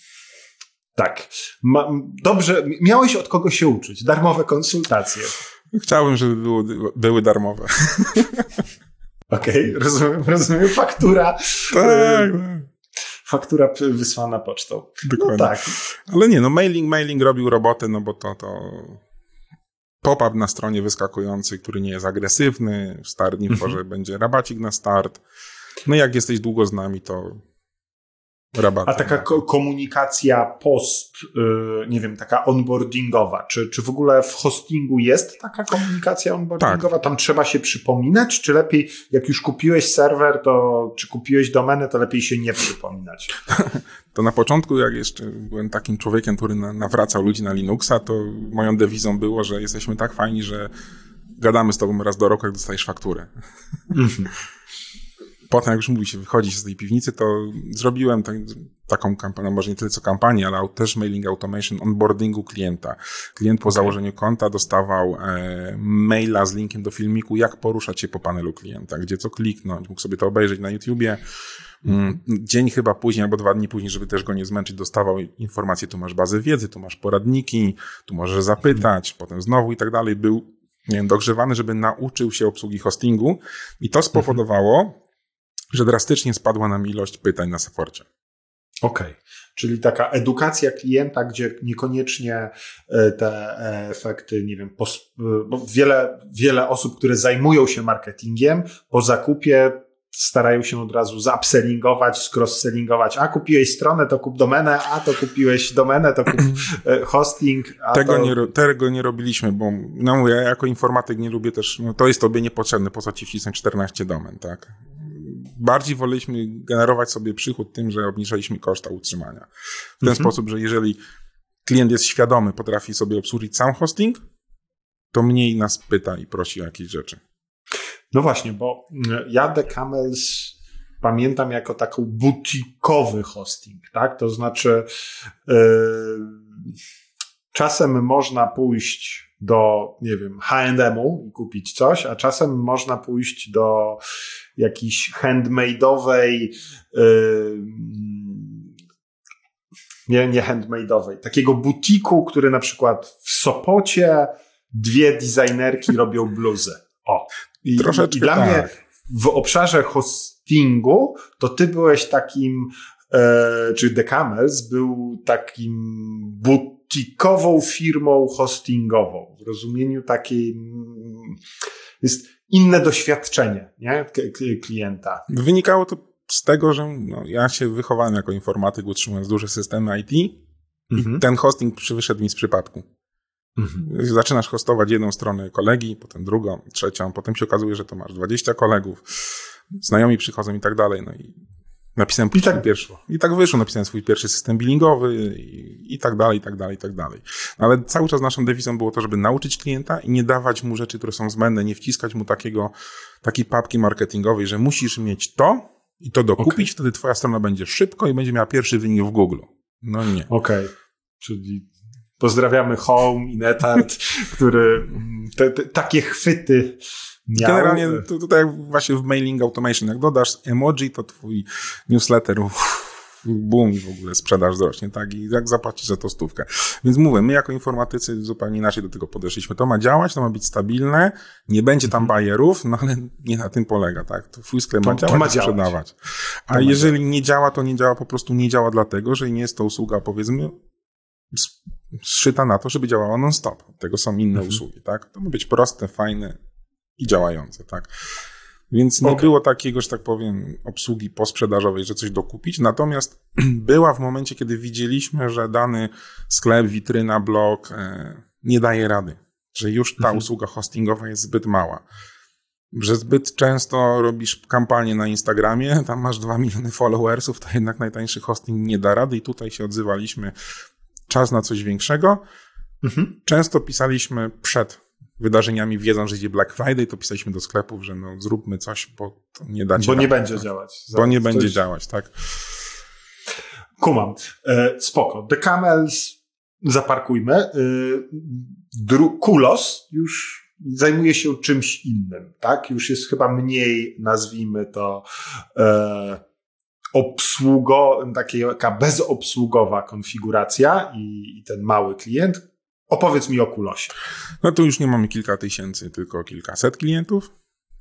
tak. Ma, dobrze, miałeś od kogo się uczyć, darmowe konsultacje. Chciałbym, żeby było, były darmowe. Okej, okay, rozumiem, rozumiem. Faktura. Tak. Faktura wysłana pocztą. Dokładnie. No tak. Ale nie, no mailing, mailing robił robotę, no bo to, to pop-up na stronie wyskakujący, który nie jest agresywny, w Start Info, mhm. że będzie rabacik na start. No jak jesteś długo z nami, to rabat. A taka ko- komunikacja post, yy, nie wiem, taka onboardingowa, czy, czy w ogóle w hostingu jest taka komunikacja onboardingowa? Tak. Tam trzeba się przypominać, czy lepiej, jak już kupiłeś serwer, to czy kupiłeś domenę, to lepiej się nie przypominać? To na początku, jak jeszcze byłem takim człowiekiem, który na, nawracał ludzi na Linuxa, to moją dewizą było, że jesteśmy tak fajni, że gadamy z tobą raz do roku, jak dostajesz fakturę. Mhm. Potem, jak już mówi się, wychodzi się z tej piwnicy, to zrobiłem tak, taką kampanię, może nie tyle co kampanię, ale też mailing automation onboardingu klienta. Klient po okay. założeniu konta dostawał e, maila z linkiem do filmiku, jak poruszać się po panelu klienta, gdzie co kliknąć, mógł sobie to obejrzeć na YouTubie. Mm, dzień chyba później, albo dwa dni później, żeby też go nie zmęczyć, dostawał informację, tu masz bazę wiedzy, tu masz poradniki, tu możesz zapytać, hmm. potem znowu i tak dalej. Był, nie wiem, dogrzewany, żeby nauczył się obsługi hostingu i to spowodowało, hmm. że drastycznie spadła nam ilość pytań na supporcie. Okej, okay. Czyli taka edukacja klienta, gdzie niekoniecznie te efekty, nie wiem, pos- bo wiele, wiele osób, które zajmują się marketingiem, po zakupie starają się od razu zupsellingować, cross-sellingować. A kupiłeś stronę, to kup domenę, a to kupiłeś domenę, to kup hosting. A tego, to... nie, tego nie robiliśmy, bo no, ja jako informatyk nie lubię też, no, to jest tobie niepotrzebne, po co ci wcisnąć czternaście domen, tak? Bardziej woleliśmy generować sobie przychód tym, że obniżaliśmy koszta utrzymania. W ten mhm. sposób, że jeżeli klient jest świadomy, potrafi sobie obsłużyć sam hosting, to mniej nas pyta i prosi o jakieś rzeczy. No właśnie, bo ja The Camels pamiętam jako taką butikowy hosting, tak? To znaczy yy, czasem można pójść do, nie wiem, H and M-u i kupić coś, a czasem można pójść do jakiejś handmade'owej, yy, nie, nie handmade'owej, takiego butiku, który na przykład w Sopocie dwie designerki robią bluzy. O. I, Troszeczkę i dla tak. mnie w obszarze hostingu to ty byłeś takim, e, czy The Camels był takim butikową firmą hostingową. W rozumieniu takim jest inne doświadczenie, nie? K- klienta. Wynikało to z tego, że no, ja się wychowałem jako informatyk, utrzymując duże systemy I T mhm. i ten hosting wyszedł mi z przypadku. Mhm. Zaczynasz hostować jedną stronę kolegi, potem drugą, trzecią, potem się okazuje, że to masz dwadzieścia kolegów, znajomi przychodzą i tak dalej, no i napisałem I tak pierwszy, i tak wyszło, napisałem swój pierwszy system billingowy i, i tak dalej, i tak dalej, i tak dalej. No, ale cały czas naszą dewizą było to, żeby nauczyć klienta i nie dawać mu rzeczy, które są zbędne, nie wciskać mu takiego, takiej papki marketingowej, że musisz mieć to i to dokupić, okay. wtedy twoja strona będzie szybko i będzie miała pierwszy wynik w Google. No nie. Okej, okay. Czyli pozdrawiamy Home i Netart, który te, te, takie chwyty miał. Generalnie to, to tak jak właśnie w mailing automation, jak dodasz emoji, to twój newsletter uff, boom i w ogóle sprzedaż wzrośnie, tak? I jak zapłacisz za to stówkę. Więc mówię, my jako informatycy zupełnie inaczej do tego podeszliśmy. To ma działać, to ma być stabilne, nie będzie tam bajerów, no ale nie na tym polega, tak? To twój sklep ma działać, to ma działać. Sprzedawać. A to jeżeli nie działa, to nie działa, po prostu nie działa dlatego, że nie jest to usługa, powiedzmy, zszyta na to, żeby działała non-stop. Od tego są inne mhm. usługi, tak? To ma być proste, fajne i działające, tak? Więc nie okay. było takiego, że tak powiem, obsługi posprzedażowej, że coś dokupić, natomiast była w momencie, kiedy widzieliśmy, że dany sklep, witryna, blog e, nie daje rady, że już ta mhm. usługa hostingowa jest zbyt mała. że zbyt często robisz kampanię na Instagramie, tam masz dwa miliony followersów, to jednak najtańszy hosting nie da rady i tutaj się odzywaliśmy. Czas na coś większego. Mhm. Często pisaliśmy przed wydarzeniami, wiedząc, że idzie Black Friday, to pisaliśmy do sklepów, że no zróbmy coś, bo to nie da Bo rady, nie będzie tak? działać. Bo nie coś... będzie działać, tak. Kumam. E, spoko. The Camels zaparkujmy. E, Dru- Kulos już zajmuje się czymś innym, tak? Już jest chyba mniej, nazwijmy to, e, obsługo, taka bezobsługowa konfiguracja i, i ten mały klient. Opowiedz mi o Kulosie. No tu już nie mamy kilka tysięcy, tylko kilkaset klientów.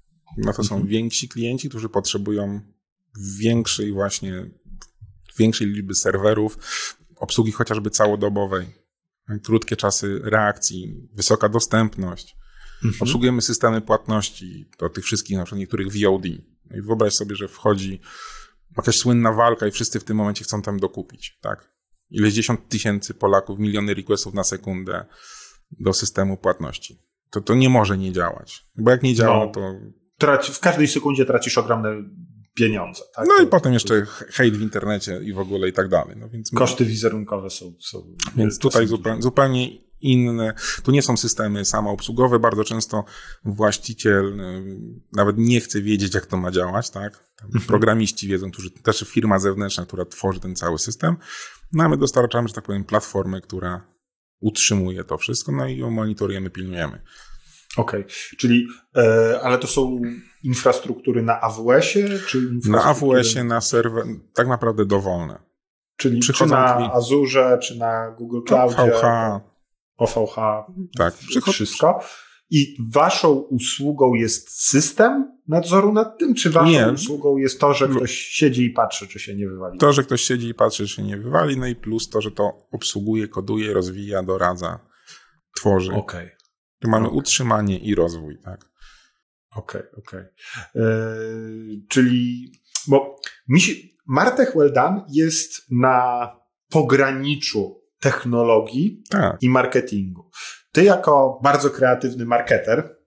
No to są mhm. więksi klienci, którzy potrzebują większej właśnie, większej liczby serwerów, obsługi chociażby całodobowej, krótkie czasy reakcji, wysoka dostępność. Mhm. Obsługujemy systemy płatności do tych wszystkich, na przykład niektórych V O D. No i wyobraź sobie, że wchodzi jakaś słynna walka i wszyscy w tym momencie chcą tam dokupić, tak? Ileś dziesiąt tysięcy Polaków, miliony requestów na sekundę do systemu płatności. To, to nie może nie działać. Bo jak nie działa, no, to... Traci, w każdej sekundzie tracisz ogromne pieniądze. Tak? No to, i potem to, jeszcze hejt w internecie i w ogóle i tak dalej. No więc koszty wizerunkowe są... są więc tutaj zupełnie, zupełnie inne. Tu nie są systemy samoobsługowe. Bardzo często właściciel nawet nie chce wiedzieć, jak to ma działać, tak? Tam mhm. programiści wiedzą, którzy, też firma zewnętrzna, która tworzy ten cały system. No a my dostarczamy, że tak powiem, platformę, która utrzymuje to wszystko, no i ją monitorujemy, pilnujemy. Okej, okay. Czyli, e, ale to są infrastruktury na A W S-ie? Czy na A W S-ie, na serwer, tak naprawdę dowolne. Czyli Przychodzą czy na kli... Azurze, czy na Google Cloudzie? O V H. O V H. Tak. Przychod... Wszystko. I waszą usługą jest system nadzoru nad tym, czy waszą nie. usługą jest to, że ktoś siedzi i patrzy, czy się nie wywali? To, że ktoś siedzi i patrzy, czy się nie wywali, no i plus to, że to obsługuje, koduje, rozwija, doradza, tworzy. Okej. Okay. Tu mamy okay. utrzymanie i rozwój, tak? Okej, okay, okej. Okay. Yy, czyli, bo mi się, Martech Well Done jest na pograniczu technologii tak. i marketingu. Ty jako bardzo kreatywny marketer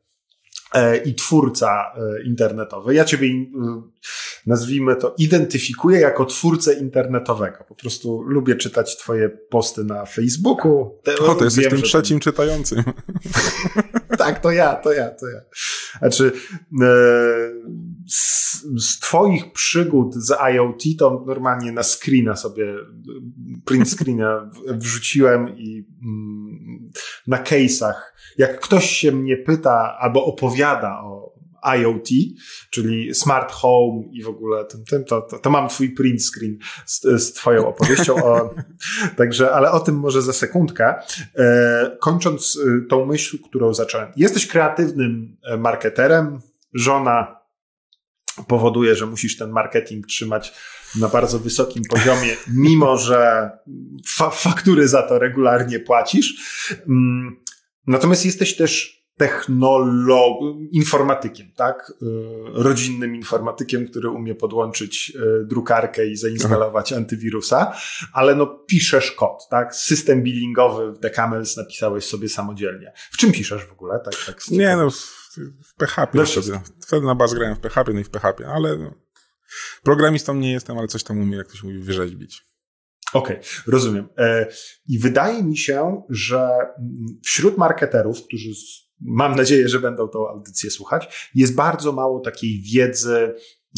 e, i twórca e, internetowy, ja ciebie, e, nazwijmy to, identyfikuję jako twórcę internetowego. Po prostu lubię czytać twoje posty na Facebooku. Te, o, to jesteś tym trzecim ten... czytającym. Tak, to ja, to ja, to ja. Znaczy, e, z, z twoich przygód z IoT to normalnie na screena sobie, print screena wrzuciłem i mm, na case'ach. Jak ktoś się mnie pyta albo opowiada o IoT, czyli smart home i w ogóle tym, tym to, to, to mam twój print screen z, z twoją opowieścią. O, także, ale o tym może za sekundkę. E, kończąc tą myśl, którą zacząłem. Jesteś kreatywnym marketerem, żona powoduje, że musisz ten marketing trzymać na bardzo wysokim poziomie, mimo że fa- faktury za to regularnie płacisz. Natomiast jesteś też technologiem, informatykiem, tak? Rodzinnym informatykiem, który umie podłączyć drukarkę i zainstalować antywirusa, ale no piszesz kod, tak? System billingowy w The Camels napisałeś sobie samodzielnie. W czym piszesz w ogóle? Tak, tak Nie, no w, w P H P. No wtedy, wtedy na baz grałem w P H P, no i w P H P, ale no, programistą nie jestem, ale coś tam umiem, jak to się mówi, wyrzeźbić. Okej, okay, rozumiem. I wydaje mi się, że wśród marketerów, którzy mam nadzieję, że będą tą audycję słuchać, jest bardzo mało takiej wiedzy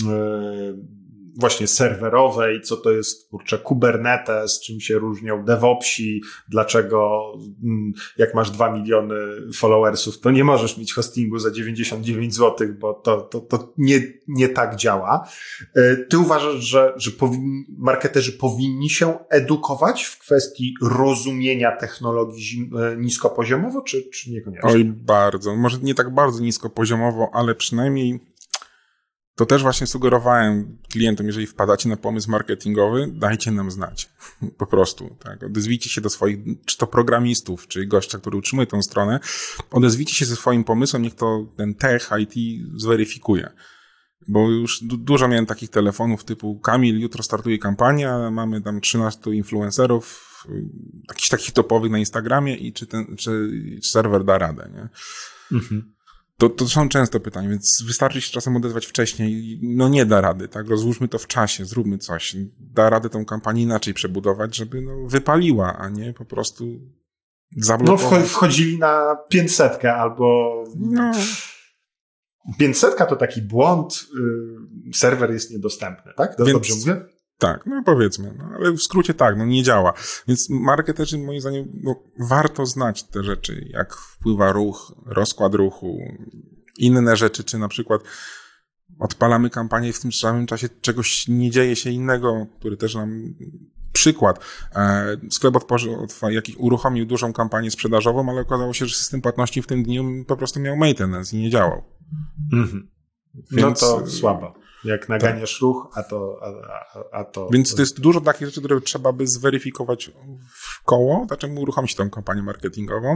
właśnie serwerowej, co to jest, kurczę, Kubernetes, czym się różnią DevOpsi, dlaczego jak masz dwa miliony followersów, to nie możesz mieć hostingu za dziewięćdziesiąt dziewięć złotych, bo to, to, to nie, nie tak działa. Ty uważasz, że, że powinni, marketerzy powinni się edukować w kwestii rozumienia technologii niskopoziomowo, czy, czy niekoniecznie? Oj, bardzo. Może nie tak bardzo niskopoziomowo, ale przynajmniej to też właśnie sugerowałem klientom, jeżeli wpadacie na pomysł marketingowy, dajcie nam znać. Po prostu. Tak. Odezwijcie się do swoich, czy to programistów, czy gościa, który utrzymuje tę stronę. Odezwijcie się ze swoim pomysłem, niech to ten tech, I T zweryfikuje. Bo już du- dużo miałem takich telefonów typu Kamil, jutro startuje kampania, mamy tam trzynastu influencerów, jakichś takich topowych na Instagramie i czy ten czy serwer da radę, nie? Mhm. To, to są często pytania, więc wystarczy się czasem odezwać wcześniej. No nie da rady, tak? Rozłóżmy to w czasie, zróbmy coś. Da radę tą kampanię inaczej przebudować, żeby no, wypaliła, a nie po prostu zablokować. No wchodzili na pięćsetkę albo... No. pięćsetka to taki błąd, yy, serwer jest niedostępny, tak? Więc, dobrze mówię? Tak, no powiedzmy, no, ale w skrócie tak, no nie działa. Więc marketerzy moim zdaniem no, warto znać te rzeczy, jak wpływa ruch, rozkład ruchu, inne rzeczy, czy na przykład odpalamy kampanię i w tym samym czasie czegoś nie dzieje się innego, który też nam... Przykład. E, sklep otworzył, jakich uruchomił dużą kampanię sprzedażową, ale okazało się, że system płatności w tym dniu po prostu miał maintenance i nie działał. Mm-hmm. Więc, no to słabo. Jak naganiasz tak. ruch, a to, a, a, a to... Więc to jest dużo takich rzeczy, które trzeba by zweryfikować w koło, zaczemu uruchomić tą kampanię marketingową.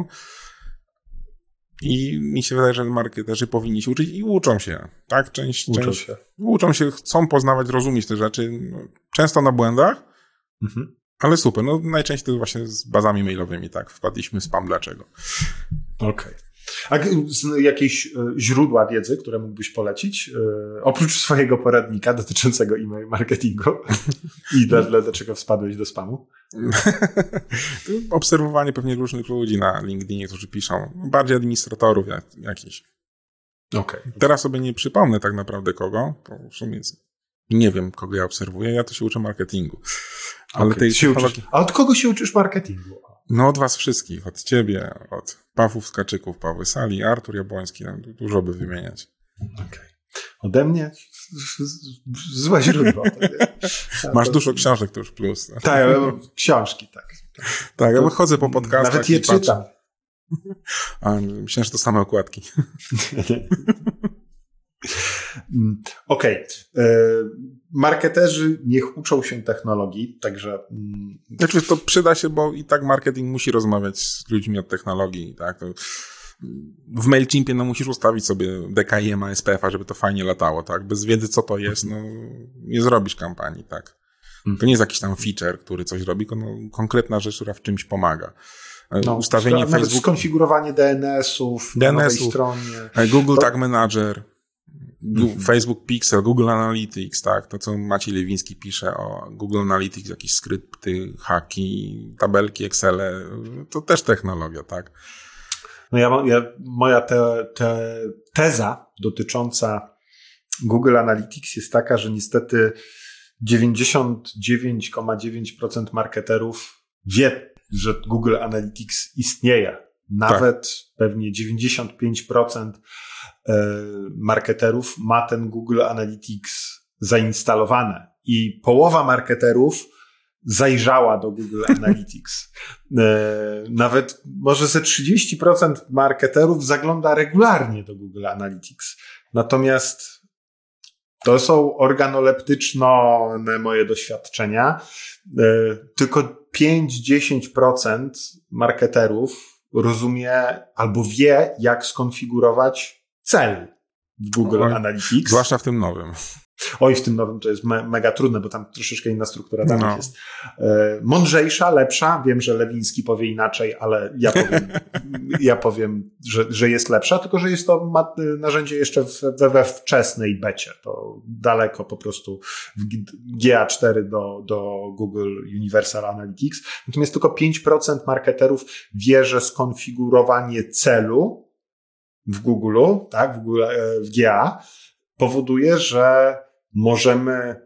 I mi się wydaje, że marketerzy powinni się uczyć i uczą się. Tak? Część, uczą część, się. Uczą się, chcą poznawać, rozumieć te rzeczy. Często na błędach, mhm. ale super. No najczęściej to właśnie z bazami mailowymi, tak? Wpadliśmy w spam, dlaczego. Okej. Okay. A jakieś źródła wiedzy, które mógłbyś polecić, oprócz swojego poradnika dotyczącego e-mail marketingu i dla, dla, dlaczego wpadłeś do spamu? Obserwowanie pewnie różnych ludzi na LinkedInie, którzy piszą, bardziej administratorów jak, jakichś. Okay. Teraz sobie nie przypomnę tak naprawdę kogo, bo w sumie nie wiem, kogo ja obserwuję, ja to się uczę marketingu. Ale okay. tej technologii... A od kogo się uczysz marketingu? No od was wszystkich, od ciebie, od Pawłów Skaczyków, Pawły Sali, Artur Jabłoński, tam dużo by wymieniać. Okej. Okay. Ode mnie złe źródło. Masz dużo książek, to już plus. Tak, tak ja mam książki, tak. Tak, ja wychodzę po podcastach. Nawet je czytam. A, myślę, że to same okładki. Okej. Okay. Marketerzy niech uczą się technologii, także... Znaczy to przyda się, bo i tak marketing musi rozmawiać z ludźmi od technologii, tak? To w MailChimpie no musisz ustawić sobie D K I M A S P F-a, żeby to fajnie latało, tak? Bez wiedzy, co to jest, no nie zrobisz kampanii, tak? To nie jest jakiś tam feature, który coś robi, tylko no, konkretna rzecz, która w czymś pomaga. No, ustawienie nawet Facebook... skonfigurowanie D N S-ów D N S-ów, na nowej stronie. Google to... Tag Manager, mm-hmm. Facebook Pixel, Google Analytics, tak? To, co Maciej Lewiński pisze o Google Analytics, jakieś skrypty, haki, tabelki, Excele, to też technologia, tak? No ja, ja moja te, te, teza dotycząca Google Analytics jest taka, że niestety dziewięćdziesiąt dziewięć przecinek dziewięć procent marketerów wie, że Google Analytics istnieje. Nawet tak. pewnie dziewięćdziesiąt pięć procent marketerów ma ten Google Analytics zainstalowane i połowa marketerów zajrzała do Google Analytics. Nawet może ze trzydzieści procent marketerów zagląda regularnie do Google Analytics. Natomiast to są organoleptyczne moje doświadczenia. Tylko pięć do dziesięciu procent marketerów rozumie albo wie, jak skonfigurować cel w Google Oj, Analytics. Zwłaszcza w tym nowym. Oj, w tym nowym to jest me- mega trudne, bo tam troszeczkę inna struktura danych no. jest. E, mądrzejsza, lepsza. Wiem, że Lewiński powie inaczej, ale ja powiem, ja powiem że, że jest lepsza, tylko że jest to ma- narzędzie jeszcze we, we wczesnej becie. To daleko po prostu w G A cztery do, do Google Universal Analytics. Natomiast tylko pięć procent marketerów wie, że skonfigurowanie celu w Google, tak, w, Google, w G A powoduje, że możemy,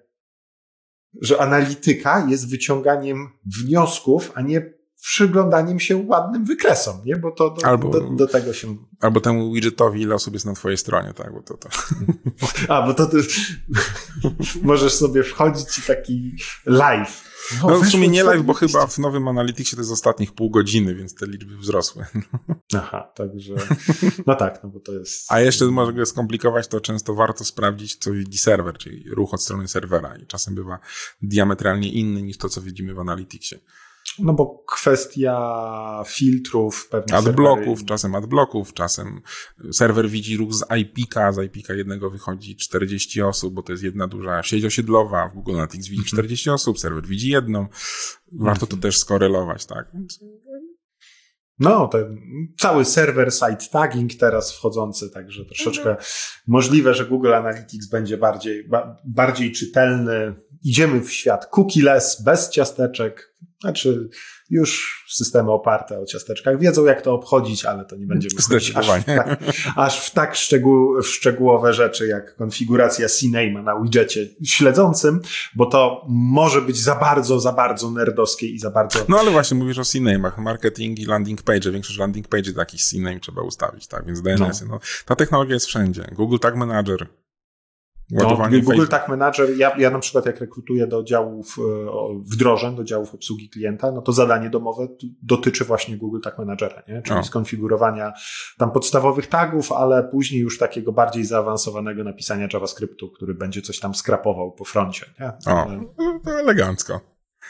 że analityka jest wyciąganiem wniosków, a nie przyglądaniem się ładnym wykresom, nie? Bo to do, albo, do, do tego się... Albo temu widgetowi, ile osób jest na twojej stronie, tak? Bo to, to... A, bo to ty możesz sobie wchodzić i taki live. No, no w sumie nie live, bo chyba w nowym Analyticsie to jest ostatnich pół godziny, więc te liczby wzrosły. Aha, także... No tak, no bo to jest... A jeszcze może go skomplikować, to często warto sprawdzić, co widzi serwer, czyli ruch od strony serwera i czasem bywa diametralnie inny niż to, co widzimy w Analyticsie. No bo kwestia filtrów, pewnie adblocków, serwery... czasem adblocków, czasem serwer widzi ruch z I P ka, z I P ka jednego wychodzi czterdzieści osób, bo to jest jedna duża sieć osiedlowa, w Google Analytics widzi czterdzieści osób, serwer widzi jedną. Warto to też skorelować, tak? Więc... No, ten cały server-side tagging teraz wchodzący, także troszeczkę mhm. możliwe, że Google Analytics będzie bardziej, ba, bardziej czytelny. Idziemy w świat cookieless, bez ciasteczek. Znaczy, już systemy oparte o ciasteczkach wiedzą, jak to obchodzić, ale to nie będziemy wchodzić aż w tak, aż w tak szczegół, w szczegółowe rzeczy, jak konfiguracja C N A M E na widgetie śledzącym, bo to może być za bardzo, za bardzo nerdowskie i za bardzo... No ale właśnie mówisz o C N A M ach, marketing i landing page. Większość landing page takich C N A M trzeba ustawić, tak? Więc D N S-y. No. No, ta technologia jest wszędzie. Google Tag Manager. No, Google Tag Manager, ja, ja na przykład jak rekrutuję do działów wdrożeń, do działów obsługi klienta, no to zadanie domowe dotyczy właśnie Google Tag Managera, nie? Czyli o. skonfigurowania tam podstawowych tagów, ale później już takiego bardziej zaawansowanego napisania JavaScriptu, który będzie coś tam skrapował po froncie. Nie? O, to elegancko.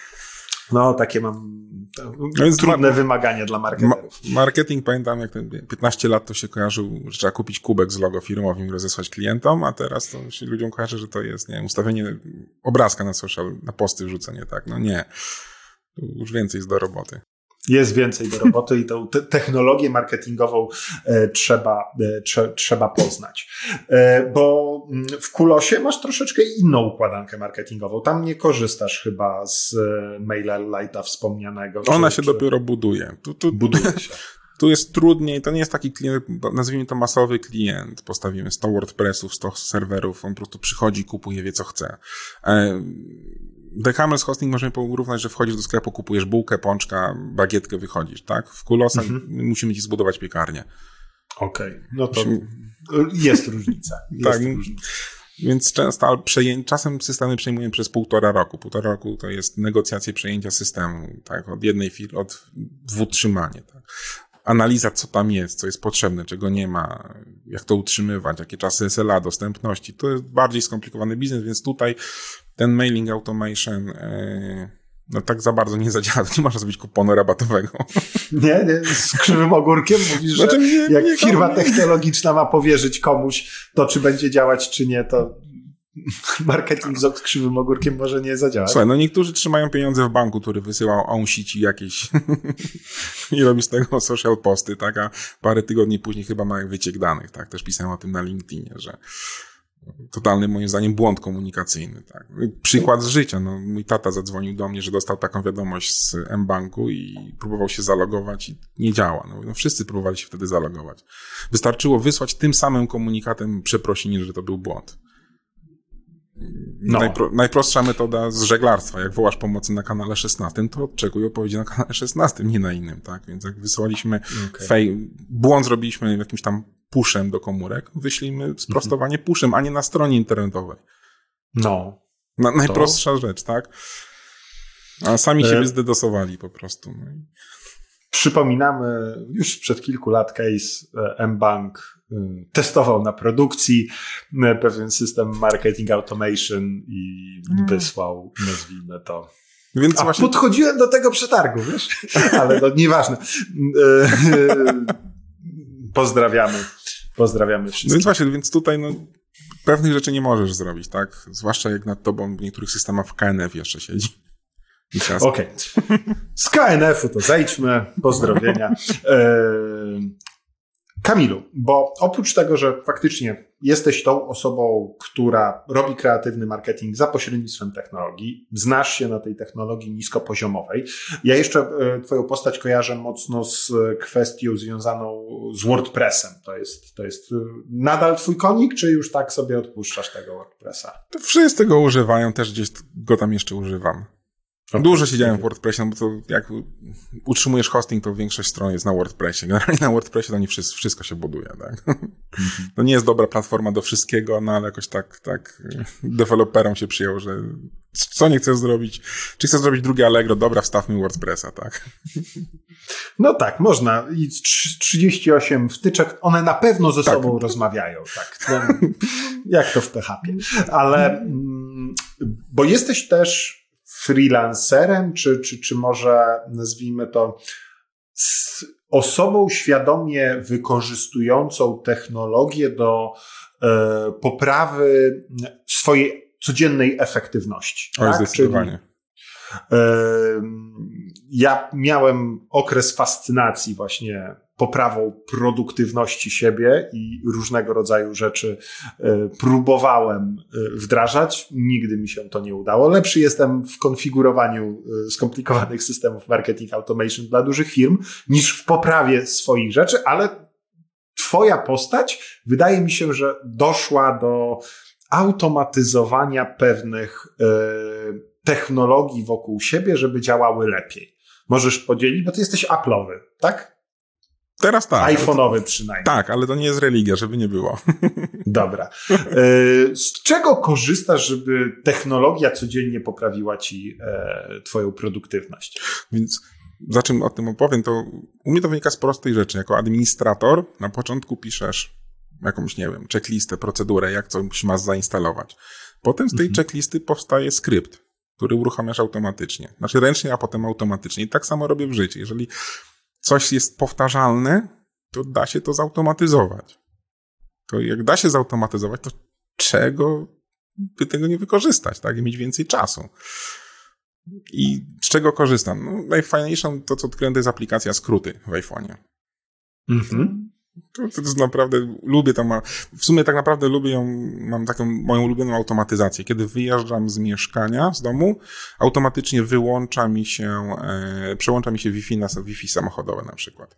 No, takie mam no trudne ma- wymagania dla marketerów. Ma- marketing, pamiętam, jak piętnaście lat to się kojarzył, że trzeba kupić kubek z logo firmowym i rozesłać klientom, a teraz to się ludziom kojarzy, że to jest, nie wiem, ustawienie obrazka na social, na posty wrzucenie, tak? No nie. Tu już więcej jest do roboty. Jest więcej do roboty i tą te- technologię marketingową e, trzeba, e, trze- trzeba poznać. E, bo w Kulosie masz troszeczkę inną układankę marketingową. Tam nie korzystasz chyba z e, MailerLite'a wspomnianego. Ona czy, się czy... dopiero buduje. Tu, tu, buduje się. Tu jest trudniej, to nie jest taki klient, nazwijmy to masowy klient. Postawimy sto WordPressów, sto serwerów, on po prostu przychodzi, kupuje, wie co chce. E, The Camels Hosting możemy porównać, że wchodzisz do sklepu, kupujesz bułkę, pączka, bagietkę, wychodzisz, tak? W Kulosach mhm. musimy ci zbudować piekarnię. Okej, okay. No to musimy... jest różnica. Jest tak, różnica. Więc często przeję... czasem systemy przejmujemy przez półtora roku. Półtora roku to jest negocjacje przejęcia systemu, tak? Od jednej firmy, od dwu trzymanie, tak? Analiza, co tam jest, co jest potrzebne, czego nie ma, jak to utrzymywać, jakie czasy S L A, dostępności. To jest bardziej skomplikowany biznes, więc tutaj ten mailing automation yy, no tak za bardzo nie zadziała. Nie można zrobić kuponu rabatowego. Nie, nie, z krzywym ogórkiem mówisz, znaczy, że nie, jak nie, firma nie. technologiczna ma powierzyć komuś to, czy będzie działać, czy nie, to marketing z krzywym ogórkiem może nie zadziałać. Słuchaj, no niektórzy trzymają pieniądze w banku, który wysyłał on-sieci jakieś i robi z tego social posty, tak, a parę tygodni później chyba ma wyciek danych, tak, też pisałem o tym na LinkedInie, że totalny moim zdaniem błąd komunikacyjny, tak. Przykład z życia, no mój tata zadzwonił do mnie, że dostał taką wiadomość z M-Banku i próbował się zalogować i nie działa, no, no wszyscy próbowali się wtedy zalogować. Wystarczyło wysłać tym samym komunikatem przeprosiny, że to był błąd. No. Najpro, najprostsza metoda z żeglarstwa. Jak wołasz pomocy na kanale szesnastym, to oczekuj odpowiedzi na kanale szesnastym, nie na innym, tak? Więc jak wysłaliśmy okay. fej, błąd zrobiliśmy jakimś tam pushem do komórek, wyślijmy sprostowanie mm-hmm. pushem, a nie na stronie internetowej. No. Na, najprostsza to... rzecz, tak? A sami e... siebie zdedosowali po prostu. No i... Przypominamy, już sprzed kilku lat case M-Bank testował na produkcji pewien system marketing automation i wysłał, nazwijmy to. Więc A właśnie... podchodziłem do tego przetargu, wiesz? Ale no nieważne. Pozdrawiamy. Pozdrawiamy wszystkich. No więc właśnie, więc tutaj no, pewnych rzeczy nie możesz zrobić, tak? Zwłaszcza jak nad tobą w niektórych systemach w K N F jeszcze siedzi. Okej. Okay. Z K N F-u to zejdźmy. Pozdrowienia. Kamilu, bo oprócz tego, że faktycznie jesteś tą osobą, która robi kreatywny marketing za pośrednictwem technologii, znasz się na tej technologii niskopoziomowej. Ja jeszcze twoją postać kojarzę mocno z kwestią związaną z WordPressem. To jest, to jest nadal twój konik, czy już tak sobie odpuszczasz tego WordPressa? Wszyscy go używają, też gdzieś go tam jeszcze używam. Okay. Dużo siedziałem w WordPressie, no bo to jak utrzymujesz hosting, to większość stron jest na WordPressie. Generalnie na WordPressie to nie wszystko, wszystko się buduje, tak? Mm-hmm. To nie jest dobra platforma do wszystkiego, no ale jakoś tak, tak deweloperom się przyjęło, że co nie chcesz zrobić, czy chcesz zrobić drugie Allegro, dobra, wstawmy WordPressa, tak? No tak, można. I trzydzieści osiem wtyczek, one na pewno ze tak. sobą rozmawiają, tak. No, jak to w P H P. Ale, bo jesteś też freelancerem, czy, czy, czy może nazwijmy to osobą świadomie wykorzystującą technologię do e, poprawy swojej codziennej efektywności. O, tak? zdecydowanie. Ja miałem okres fascynacji właśnie poprawą produktywności siebie i różnego rodzaju rzeczy próbowałem wdrażać. Nigdy mi się to nie udało. Lepszy jestem w konfigurowaniu skomplikowanych systemów marketing automation dla dużych firm niż w poprawie swoich rzeczy, ale twoja postać wydaje mi się, że doszła do automatyzowania pewnych technologii wokół siebie, żeby działały lepiej. Możesz podzielić, bo ty jesteś Apple'owy, tak? Teraz tak. iPhone'owy przynajmniej. Tak, ale to nie jest religia, żeby nie było. Dobra. Z czego korzystasz, żeby technologia codziennie poprawiła ci twoją produktywność? Więc za czym o tym opowiem, to u mnie to wynika z prostej rzeczy. Jako administrator na początku piszesz jakąś, nie wiem, checklistę, procedurę, jak coś masz zainstalować. Potem z tej mhm. checklisty powstaje skrypt, który uruchamiasz automatycznie. Znaczy ręcznie, a potem automatycznie. I tak samo robię w życiu. Jeżeli coś jest powtarzalne, to da się to zautomatyzować. To jak da się zautomatyzować, to czego by tego nie wykorzystać, tak? I mieć więcej czasu. I z czego korzystam? No, najfajniejszą to, co odkryłem, to jest aplikacja skróty w iPhone'ie. Mhm. To, to jest naprawdę, lubię tam, w sumie tak naprawdę lubię ją, mam taką moją ulubioną automatyzację. Kiedy wyjeżdżam z mieszkania, z domu, automatycznie wyłącza mi się, e, przełącza mi się Wi-Fi na Wi-Fi samochodowe na przykład.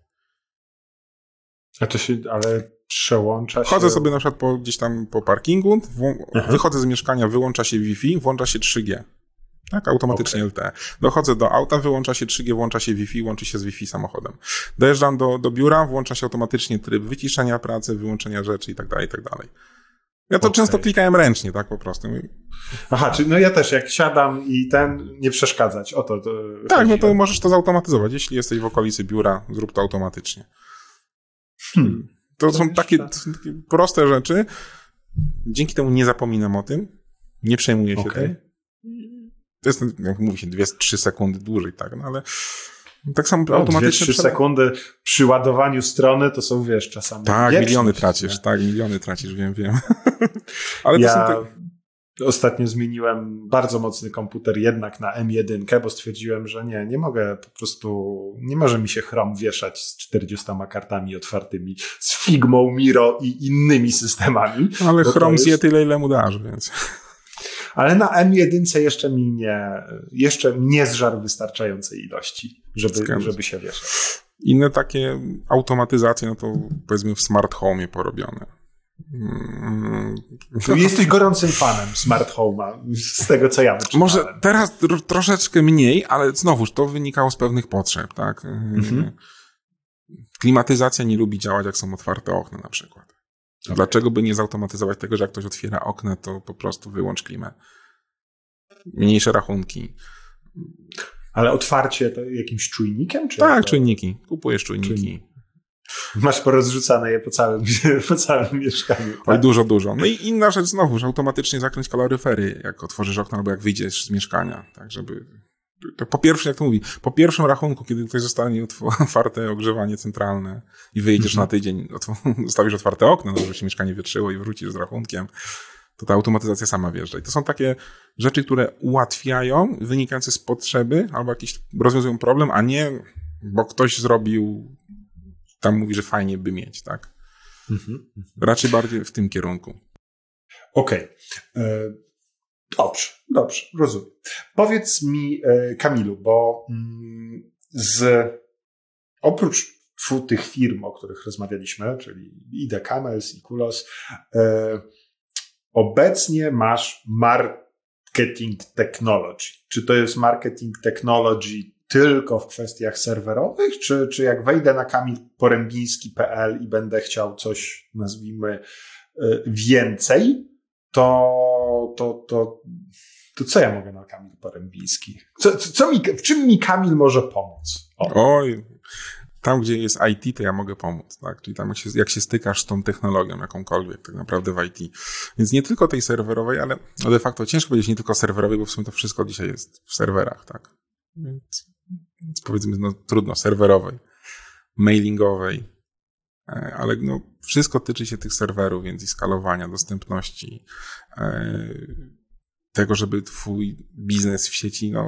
A to się, ale przełącza się... Chodzę sobie na przykład po, gdzieś tam po parkingu, w, wychodzę z mieszkania, wyłącza się Wi-Fi, włącza się trzy G. Tak, automatycznie okay. L T E. Dochodzę do auta, wyłącza się trzy G, włącza się Wi-Fi, łączy się z Wi-Fi samochodem. Dojeżdżam do, do biura, włącza się automatycznie tryb wyciszenia pracy, wyłączenia rzeczy i tak dalej, i tak dalej. Ja to okay. często klikałem ręcznie, tak po prostu. Aha, czyli no ja też jak siadam i ten, nie przeszkadzać, o to, to tak, no to o... możesz to zautomatyzować. Jeśli jesteś w okolicy biura, zrób to automatycznie. Hmm. To, to są takie, takie proste rzeczy. Dzięki temu nie zapominam o tym, nie przejmuję się okay. tym. To jest, jak mówi się, dwie trzy sekundy dłużej, tak, no ale tak samo no, automatycznie... dwie trzy sekundy przy ładowaniu strony to są, wiesz, czasami... Tak, miliony tracisz, nie? tak, miliony tracisz, wiem, wiem. Ale to ja są te... ostatnio zmieniłem bardzo mocny komputer jednak na M jeden, bo stwierdziłem, że nie, nie mogę po prostu, nie może mi się Chrome wieszać z czterdziestoma kartami otwartymi, z Figmą, Miro i innymi systemami. Ale Chrome jest... zje tyle, ile mu dasz, więc... Ale na M jeden jeszcze mi nie, jeszcze nie zżarł wystarczającej ilości, żeby, żeby się wieszać. Inne takie automatyzacje, no to powiedzmy w smart home'ie porobione. Hmm. Jesteś gorącym fanem smart home'a, z tego co ja wyczytałem. Może teraz tr- troszeczkę mniej, ale znowuż to wynikało z pewnych potrzeb, tak? Mhm. Klimatyzacja nie lubi działać, jak są otwarte okna na przykład. Okay. Dlaczego by nie zautomatyzować tego, że jak ktoś otwiera okno, to po prostu wyłącz klimę. Mniejsze rachunki. Ale otwarcie to jakimś czujnikiem? Czy tak, to... czujniki. Kupujesz czujniki. Czujniki. Masz porozrzucane je po całym, po całym mieszkaniu. Tak? Oj, dużo, dużo. No i inna rzecz znowu, że automatycznie zakręć kaloryfery, jak otworzysz okno albo jak wyjdziesz z mieszkania. Tak, żeby... To po pierwsze, jak to mówi, po pierwszym rachunku, kiedy ktoś zostanie otwarte ogrzewanie centralne i wyjedziesz mm-hmm. na tydzień, zostawisz otwarte okno, no, żeby się mieszkanie wietrzyło i wrócisz z rachunkiem, to ta automatyzacja sama wjeżdża. I to są takie rzeczy, które ułatwiają, wynikające z potrzeby, albo jakiś rozwiązują problem, a nie, bo ktoś zrobił, tam mówi, że fajnie by mieć, tak? Mm-hmm. Raczej bardziej w tym kierunku. Okej. Okay. Dobrze, dobrze, rozumiem. Powiedz mi, Kamilu, bo z oprócz tych firm, o których rozmawialiśmy, czyli Ida Camels i Kulos, obecnie masz marketing technology. Czy to jest marketing technology tylko w kwestiach serwerowych, czy, czy jak wejdę na kamil porębiński kropka p l i będę chciał coś, nazwijmy, więcej, to, to, to, to co ja mogę na Kamil Porębiński? Co, co, co mi, w czym mi Kamil może pomóc? O. Oj, tam gdzie jest I T, to ja mogę pomóc, tak? Czyli tam jak się, jak się stykasz z tą technologią jakąkolwiek, tak naprawdę w I T. Więc nie tylko tej serwerowej, ale no de facto ciężko powiedzieć nie tylko serwerowej, bo w sumie to wszystko dzisiaj jest w serwerach, tak? Więc, więc powiedzmy, no trudno, serwerowej, mailingowej, ale no, wszystko tyczy się tych serwerów, więc i skalowania, dostępności, e, tego, żeby twój biznes w sieci no,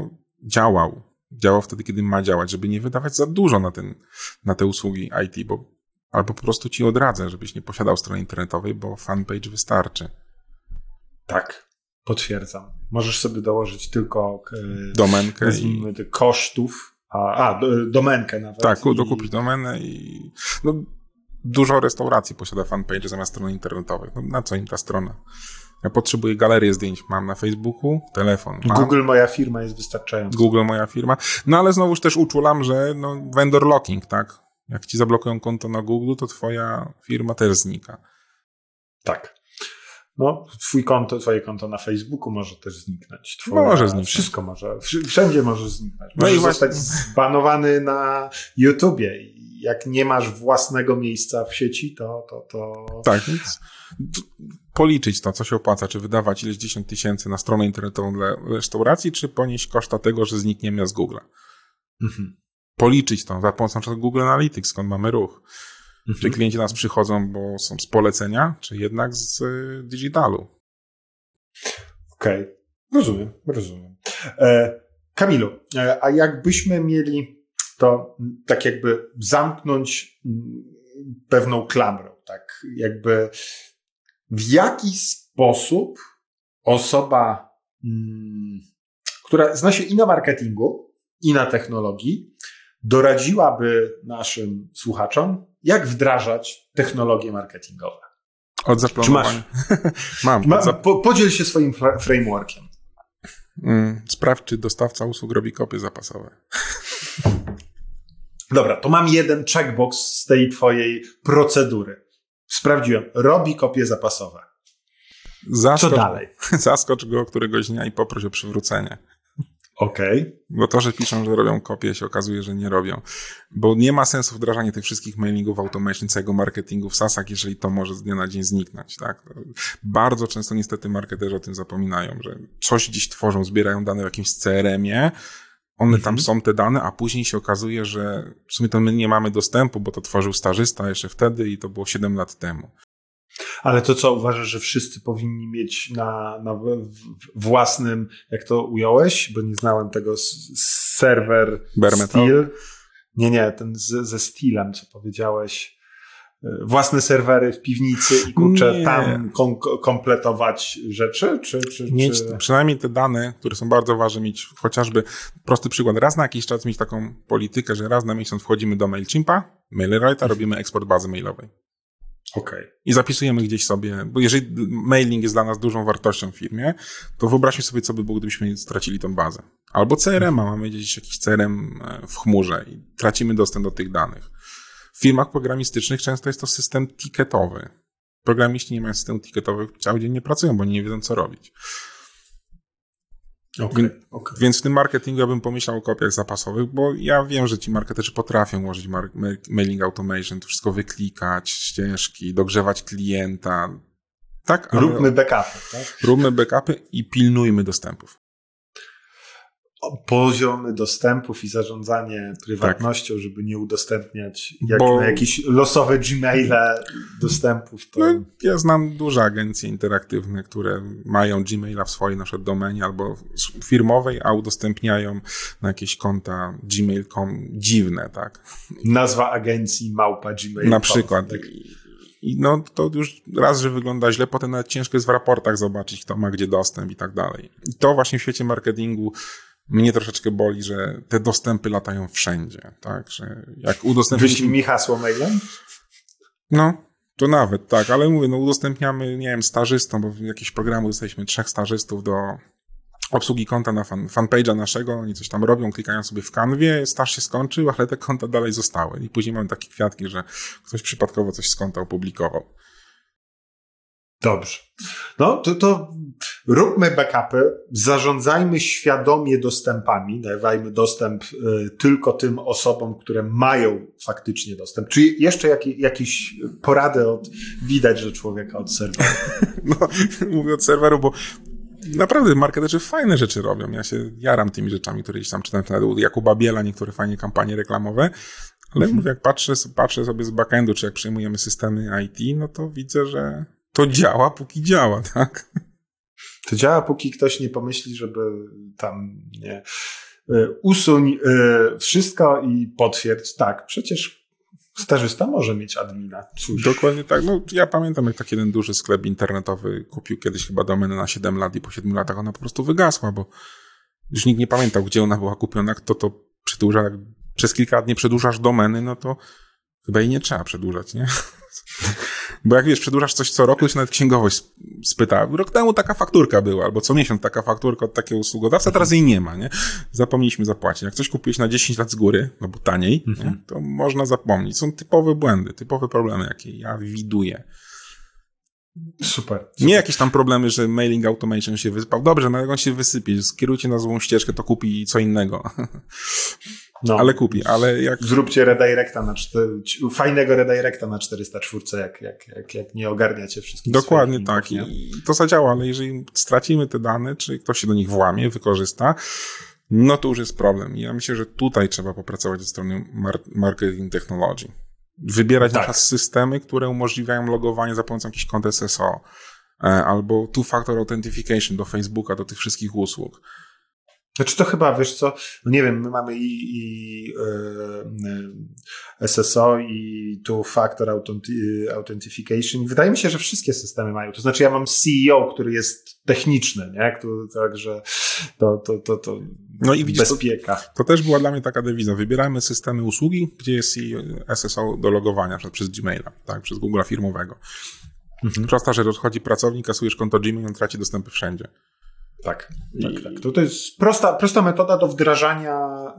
działał. Działał wtedy, kiedy ma działać, żeby nie wydawać za dużo na, ten, na te usługi I T, bo albo po prostu ci odradzę, żebyś nie posiadał strony internetowej, bo fanpage wystarczy. Tak, potwierdzam. Możesz sobie dołożyć tylko domenkę i kosztów, a, a do, domenkę nawet. Tak, i... dokupić domenę i no, dużo restauracji posiada fanpage zamiast strony internetowej. No, na co im ta strona? Ja potrzebuję galerię zdjęć. Mam na Facebooku, telefon. Mam. Google Moja Firma jest wystarczająca. Google Moja Firma. No ale znowuż też uczulam, że no, vendor locking, tak? Jak ci zablokują konto na Google, to twoja firma też znika. Tak. No, twój konto, twoje konto na Facebooku może też zniknąć. Twoja, no, może zniknąć. Wszystko może, wszędzie możesz zniknąć. Możesz no i zostać właśnie... zbanowany na YouTubie. Jak nie masz własnego miejsca w sieci, to... to, to... Tak, więc policzyć to, co się opłaca, czy wydawać ileś dziesięć tysięcy na stronę internetową dla restauracji, czy ponieść koszta tego, że znikniemy z Google'a. Mhm. Policzyć to za pomocą np. Google Analytics, skąd mamy ruch. Mhm. Czy klienci nas przychodzą, bo są z polecenia, czy jednak z y, digitalu. Okej, okay. rozumiem, rozumiem. E, Kamilu, e, a jakbyśmy mieli to tak jakby zamknąć m, pewną klamrą, tak jakby w jaki sposób osoba, m, która zna się i na marketingu, i na technologii, doradziłaby naszym słuchaczom, jak wdrażać technologie marketingowe. Od zaplanowania. Mam. Ma, za... po, podziel się swoim fra- frameworkiem. Mm, sprawdź, czy dostawca usług robi kopie zapasowe. Dobra, to mam jeden checkbox z tej twojej procedury. Sprawdziłem. Robi kopie zapasowe. Zaskocz, Co dalej? Zaskocz go któregoś dnia i poproś o przywrócenie. Okej. Okay. Bo to, że piszą, że robią kopie, się okazuje, że nie robią. Bo nie ma sensu wdrażania tych wszystkich mailingów, automation, całego marketingu w sasach, jeżeli to może z dnia na dzień zniknąć. Tak? Bardzo często niestety marketerzy o tym zapominają, że coś gdzieś tworzą, zbierają dane w jakimś C R M-ie, one tam są te dane, a później się okazuje, że w sumie to my nie mamy dostępu, bo to tworzył stażysta jeszcze wtedy i to było siedem lat temu. Ale to co, uważasz, że wszyscy powinni mieć na, na własnym, jak to ująłeś, bo nie znałem tego, serwer Steel. Nie, nie, ten z, ze Steelem, co powiedziałeś. Własne serwery w piwnicy i kurczę, nie. tam kom- kompletować rzeczy? Czy, czy, mieć czy... przynajmniej te dane, które są bardzo ważne, mieć chociażby prosty przykład. Raz na jakiś czas mieć taką politykę, że raz na miesiąc wchodzimy do MailChimpa, MailerLite'a, robimy eksport bazy mailowej. Okay. I zapisujemy gdzieś sobie, bo jeżeli mailing jest dla nas dużą wartością w firmie, to wyobraźmy sobie, co by było, gdybyśmy stracili tą bazę. Albo C R M-a, mamy gdzieś jakiś C R M w chmurze i tracimy dostęp do tych danych. W firmach programistycznych często jest to system ticketowy. Programiści nie mają systemu ticketowego, cały dzień nie pracują, bo oni nie wiedzą, co robić. Okay, okay. Więc w tym marketingu ja bym pomyślał o kopiach zapasowych, bo ja wiem, że ci marketerzy potrafią ułożyć mar- mailing automation, to wszystko wyklikać, ścieżki, dogrzewać klienta. Tak, ale róbmy backupy, tak? Róbmy backupy i pilnujmy dostępów. Poziomy dostępów i zarządzanie prywatnością, tak. żeby nie udostępniać jak Bo... na jakieś losowe Gmaile dostępów. To... No, ja znam duże agencje interaktywne, które mają Gmaila w swojej na przykład domenie albo firmowej, a udostępniają na jakieś konta gmail kropka com dziwne, tak? Nazwa agencji małpa gmail. Na przykład. Tak. I no to już raz, że wygląda źle, potem nawet ciężko jest w raportach zobaczyć, kto ma gdzie dostęp i tak dalej. I to właśnie w świecie marketingu mnie troszeczkę boli, że te dostępy latają wszędzie, tak, że jak udostępniamy... Wyślij mi hasło mailem? No, to nawet, tak, ale mówię, no udostępniamy, nie wiem, stażystom, bo w jakieś programy dostaliśmy trzech stażystów do obsługi konta na fan, fanpage'a naszego, oni coś tam robią, klikają sobie w kanwie, staż się skończył, ale te konta dalej zostały i później mamy takie kwiatki, że ktoś przypadkowo coś z konta opublikował. Dobrze. No to, to róbmy backupy, zarządzajmy świadomie dostępami, dawajmy dostęp y, tylko tym osobom, które mają faktycznie dostęp. Czy jeszcze jak, jakieś porady od, widać, że człowieka od serweru? No, mówię od serweru, bo naprawdę marketerzy fajne rzeczy robią. Ja się jaram tymi rzeczami, które gdzieś tam czytam. Jakuba Biela, niektóre fajnie kampanie reklamowe. Ale mówię, jak patrzę, patrzę sobie z backendu, czy jak przejmujemy systemy I T, no to widzę, że to działa, póki działa, tak? To działa, póki ktoś nie pomyśli, żeby tam nie usuń wszystko i potwierdź. Tak, przecież stażysta może mieć admina. Cóż. Dokładnie tak. No, ja pamiętam, jak taki jeden duży sklep internetowy kupił kiedyś chyba domenę na siedem lat i po siedmiu latach ona po prostu wygasła, bo już nikt nie pamiętał, gdzie ona była kupiona, kto to przedłuża. Jak przez kilka lat nie przedłużasz domeny, no to chyba jej nie trzeba przedłużać, nie? Bo jak wiesz, przedłużasz coś co roku, to się nawet księgowość spyta. Rok temu taka fakturka była, albo co miesiąc taka fakturka od takiego usługodawcy, a teraz jej nie ma, nie? Zapomnieliśmy zapłacić. Jak coś kupiłeś na dziesięć lat z góry, no bo taniej, mhm. nie? To można zapomnieć. Są typowe błędy, typowe problemy, jakie ja widuję. Super, super. Nie jakieś tam problemy, że mailing automation się wyspał. Dobrze, no jak on się wysypie, skierujcie na złą ścieżkę, to kupi co innego. No, ale kupi, ale jak... Zróbcie redirecta na cztery, fajnego redirecta na czterysta cztery, jak, jak, jak, jak nie ogarniacie wszystkich. Dokładnie tak. I, I to zadziała, ale jeżeli stracimy te dane, czy ktoś się do nich włamie, wykorzysta, no to już jest problem. I ja myślę, że tutaj trzeba popracować ze strony mar- marketing technology. Wybierać tak. na czas systemy, które umożliwiają logowanie za pomocą jakichś kont S S O albo two-factor authentication do Facebooka, do tych wszystkich usług. Znaczy to chyba, wiesz co, no nie wiem, my mamy i, i yy, S S O i two-factor authentication. Wydaje mi się, że wszystkie systemy mają. To znaczy ja mam C E O, który jest techniczny, nie? Który, także to, to, to, to no i widzisz, bezpieka. To, to też była dla mnie taka dewiza. Wybieramy systemy usługi, gdzie jest S S O do logowania, przez Gmaila, tak, przez Google'a firmowego. Mhm. Prosta rzecz, odchodzi pracownik, kasujesz konto Gmail, on traci dostępy wszędzie. Tak, I... tak, tak. To, to jest prosta, prosta metoda do wdrażania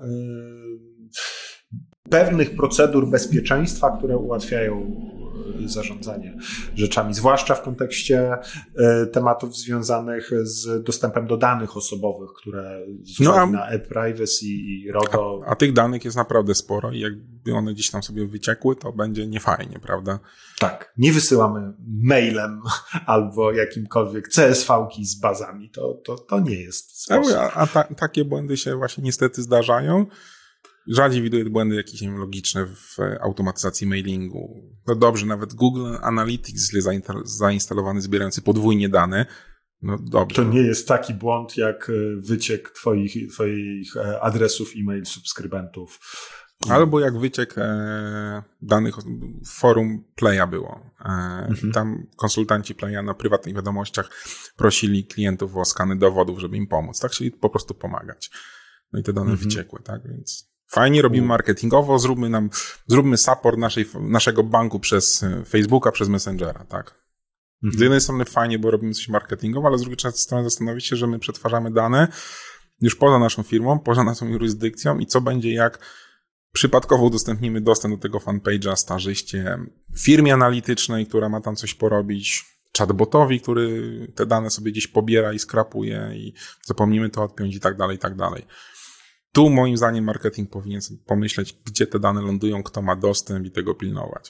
yy, pewnych procedur bezpieczeństwa, które ułatwiają zarządzanie rzeczami, zwłaszcza w kontekście y, tematów związanych z dostępem do danych osobowych, które z uwagi no, na e-privacy i RODO. A, a tych danych jest naprawdę sporo i jakby one gdzieś tam sobie wyciekły, to będzie niefajnie, prawda? Tak. Nie wysyłamy mailem albo jakimkolwiek C S V-ki z bazami. To, to, to nie jest sposób. A, a ta, takie błędy się właśnie niestety zdarzają. Rzadziej widuję błędy jakieś nie wiem, logiczne w automatyzacji mailingu. No dobrze, nawet Google Analytics jest zainstalowany, zbierający podwójnie dane. No dobrze. To nie jest taki błąd jak wyciek twoich, twoich adresów e-mail subskrybentów. Albo jak wyciek e, danych w forum Playa było. E, mhm. Tam konsultanci Playa na prywatnych wiadomościach prosili klientów o skany dowodów, żeby im pomóc. Tak, czyli po prostu pomagać. No i te dane mhm. wyciekły, tak, więc... Fajnie, robimy marketingowo, zróbmy nam, zróbmy support naszej, naszego banku przez Facebooka, przez Messengera, tak? Mhm. Z jednej strony fajnie, bo robimy coś marketingowo, ale z drugiej strony zastanowić się, że my przetwarzamy dane już poza naszą firmą, poza naszą jurysdykcją i co będzie, jak przypadkowo udostępnimy dostęp do tego fanpage'a stażyście firmie analitycznej, która ma tam coś porobić, chatbotowi, który te dane sobie gdzieś pobiera i skrapuje i zapomnimy to odpiąć i tak dalej, i tak dalej. Tu moim zdaniem marketing powinien pomyśleć, gdzie te dane lądują, kto ma dostęp i tego pilnować.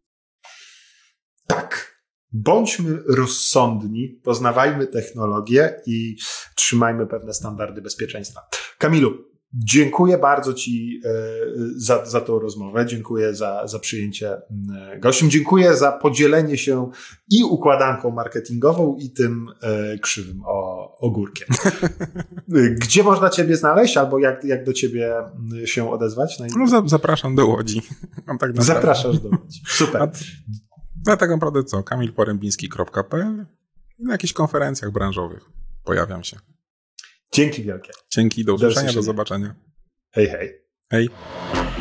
Tak. Bądźmy rozsądni, poznawajmy technologię i trzymajmy pewne standardy bezpieczeństwa. Kamilu, dziękuję bardzo Ci za, za tą rozmowę. Dziękuję za, za przyjęcie gościem. Dziękuję za podzielenie się i układanką marketingową, i tym krzywym ogórkiem. Gdzie można Ciebie znaleźć, albo jak, jak do Ciebie się odezwać? No, zapraszam do Łodzi. Tak Zapraszasz do Łodzi. Super. A, a tak naprawdę co? kamil porębiński kropka p l i na jakichś konferencjach branżowych pojawiam się. Dzięki wielkie. Dzięki, do usłyszenia, do, do zobaczenia. Hej, hej. Hej.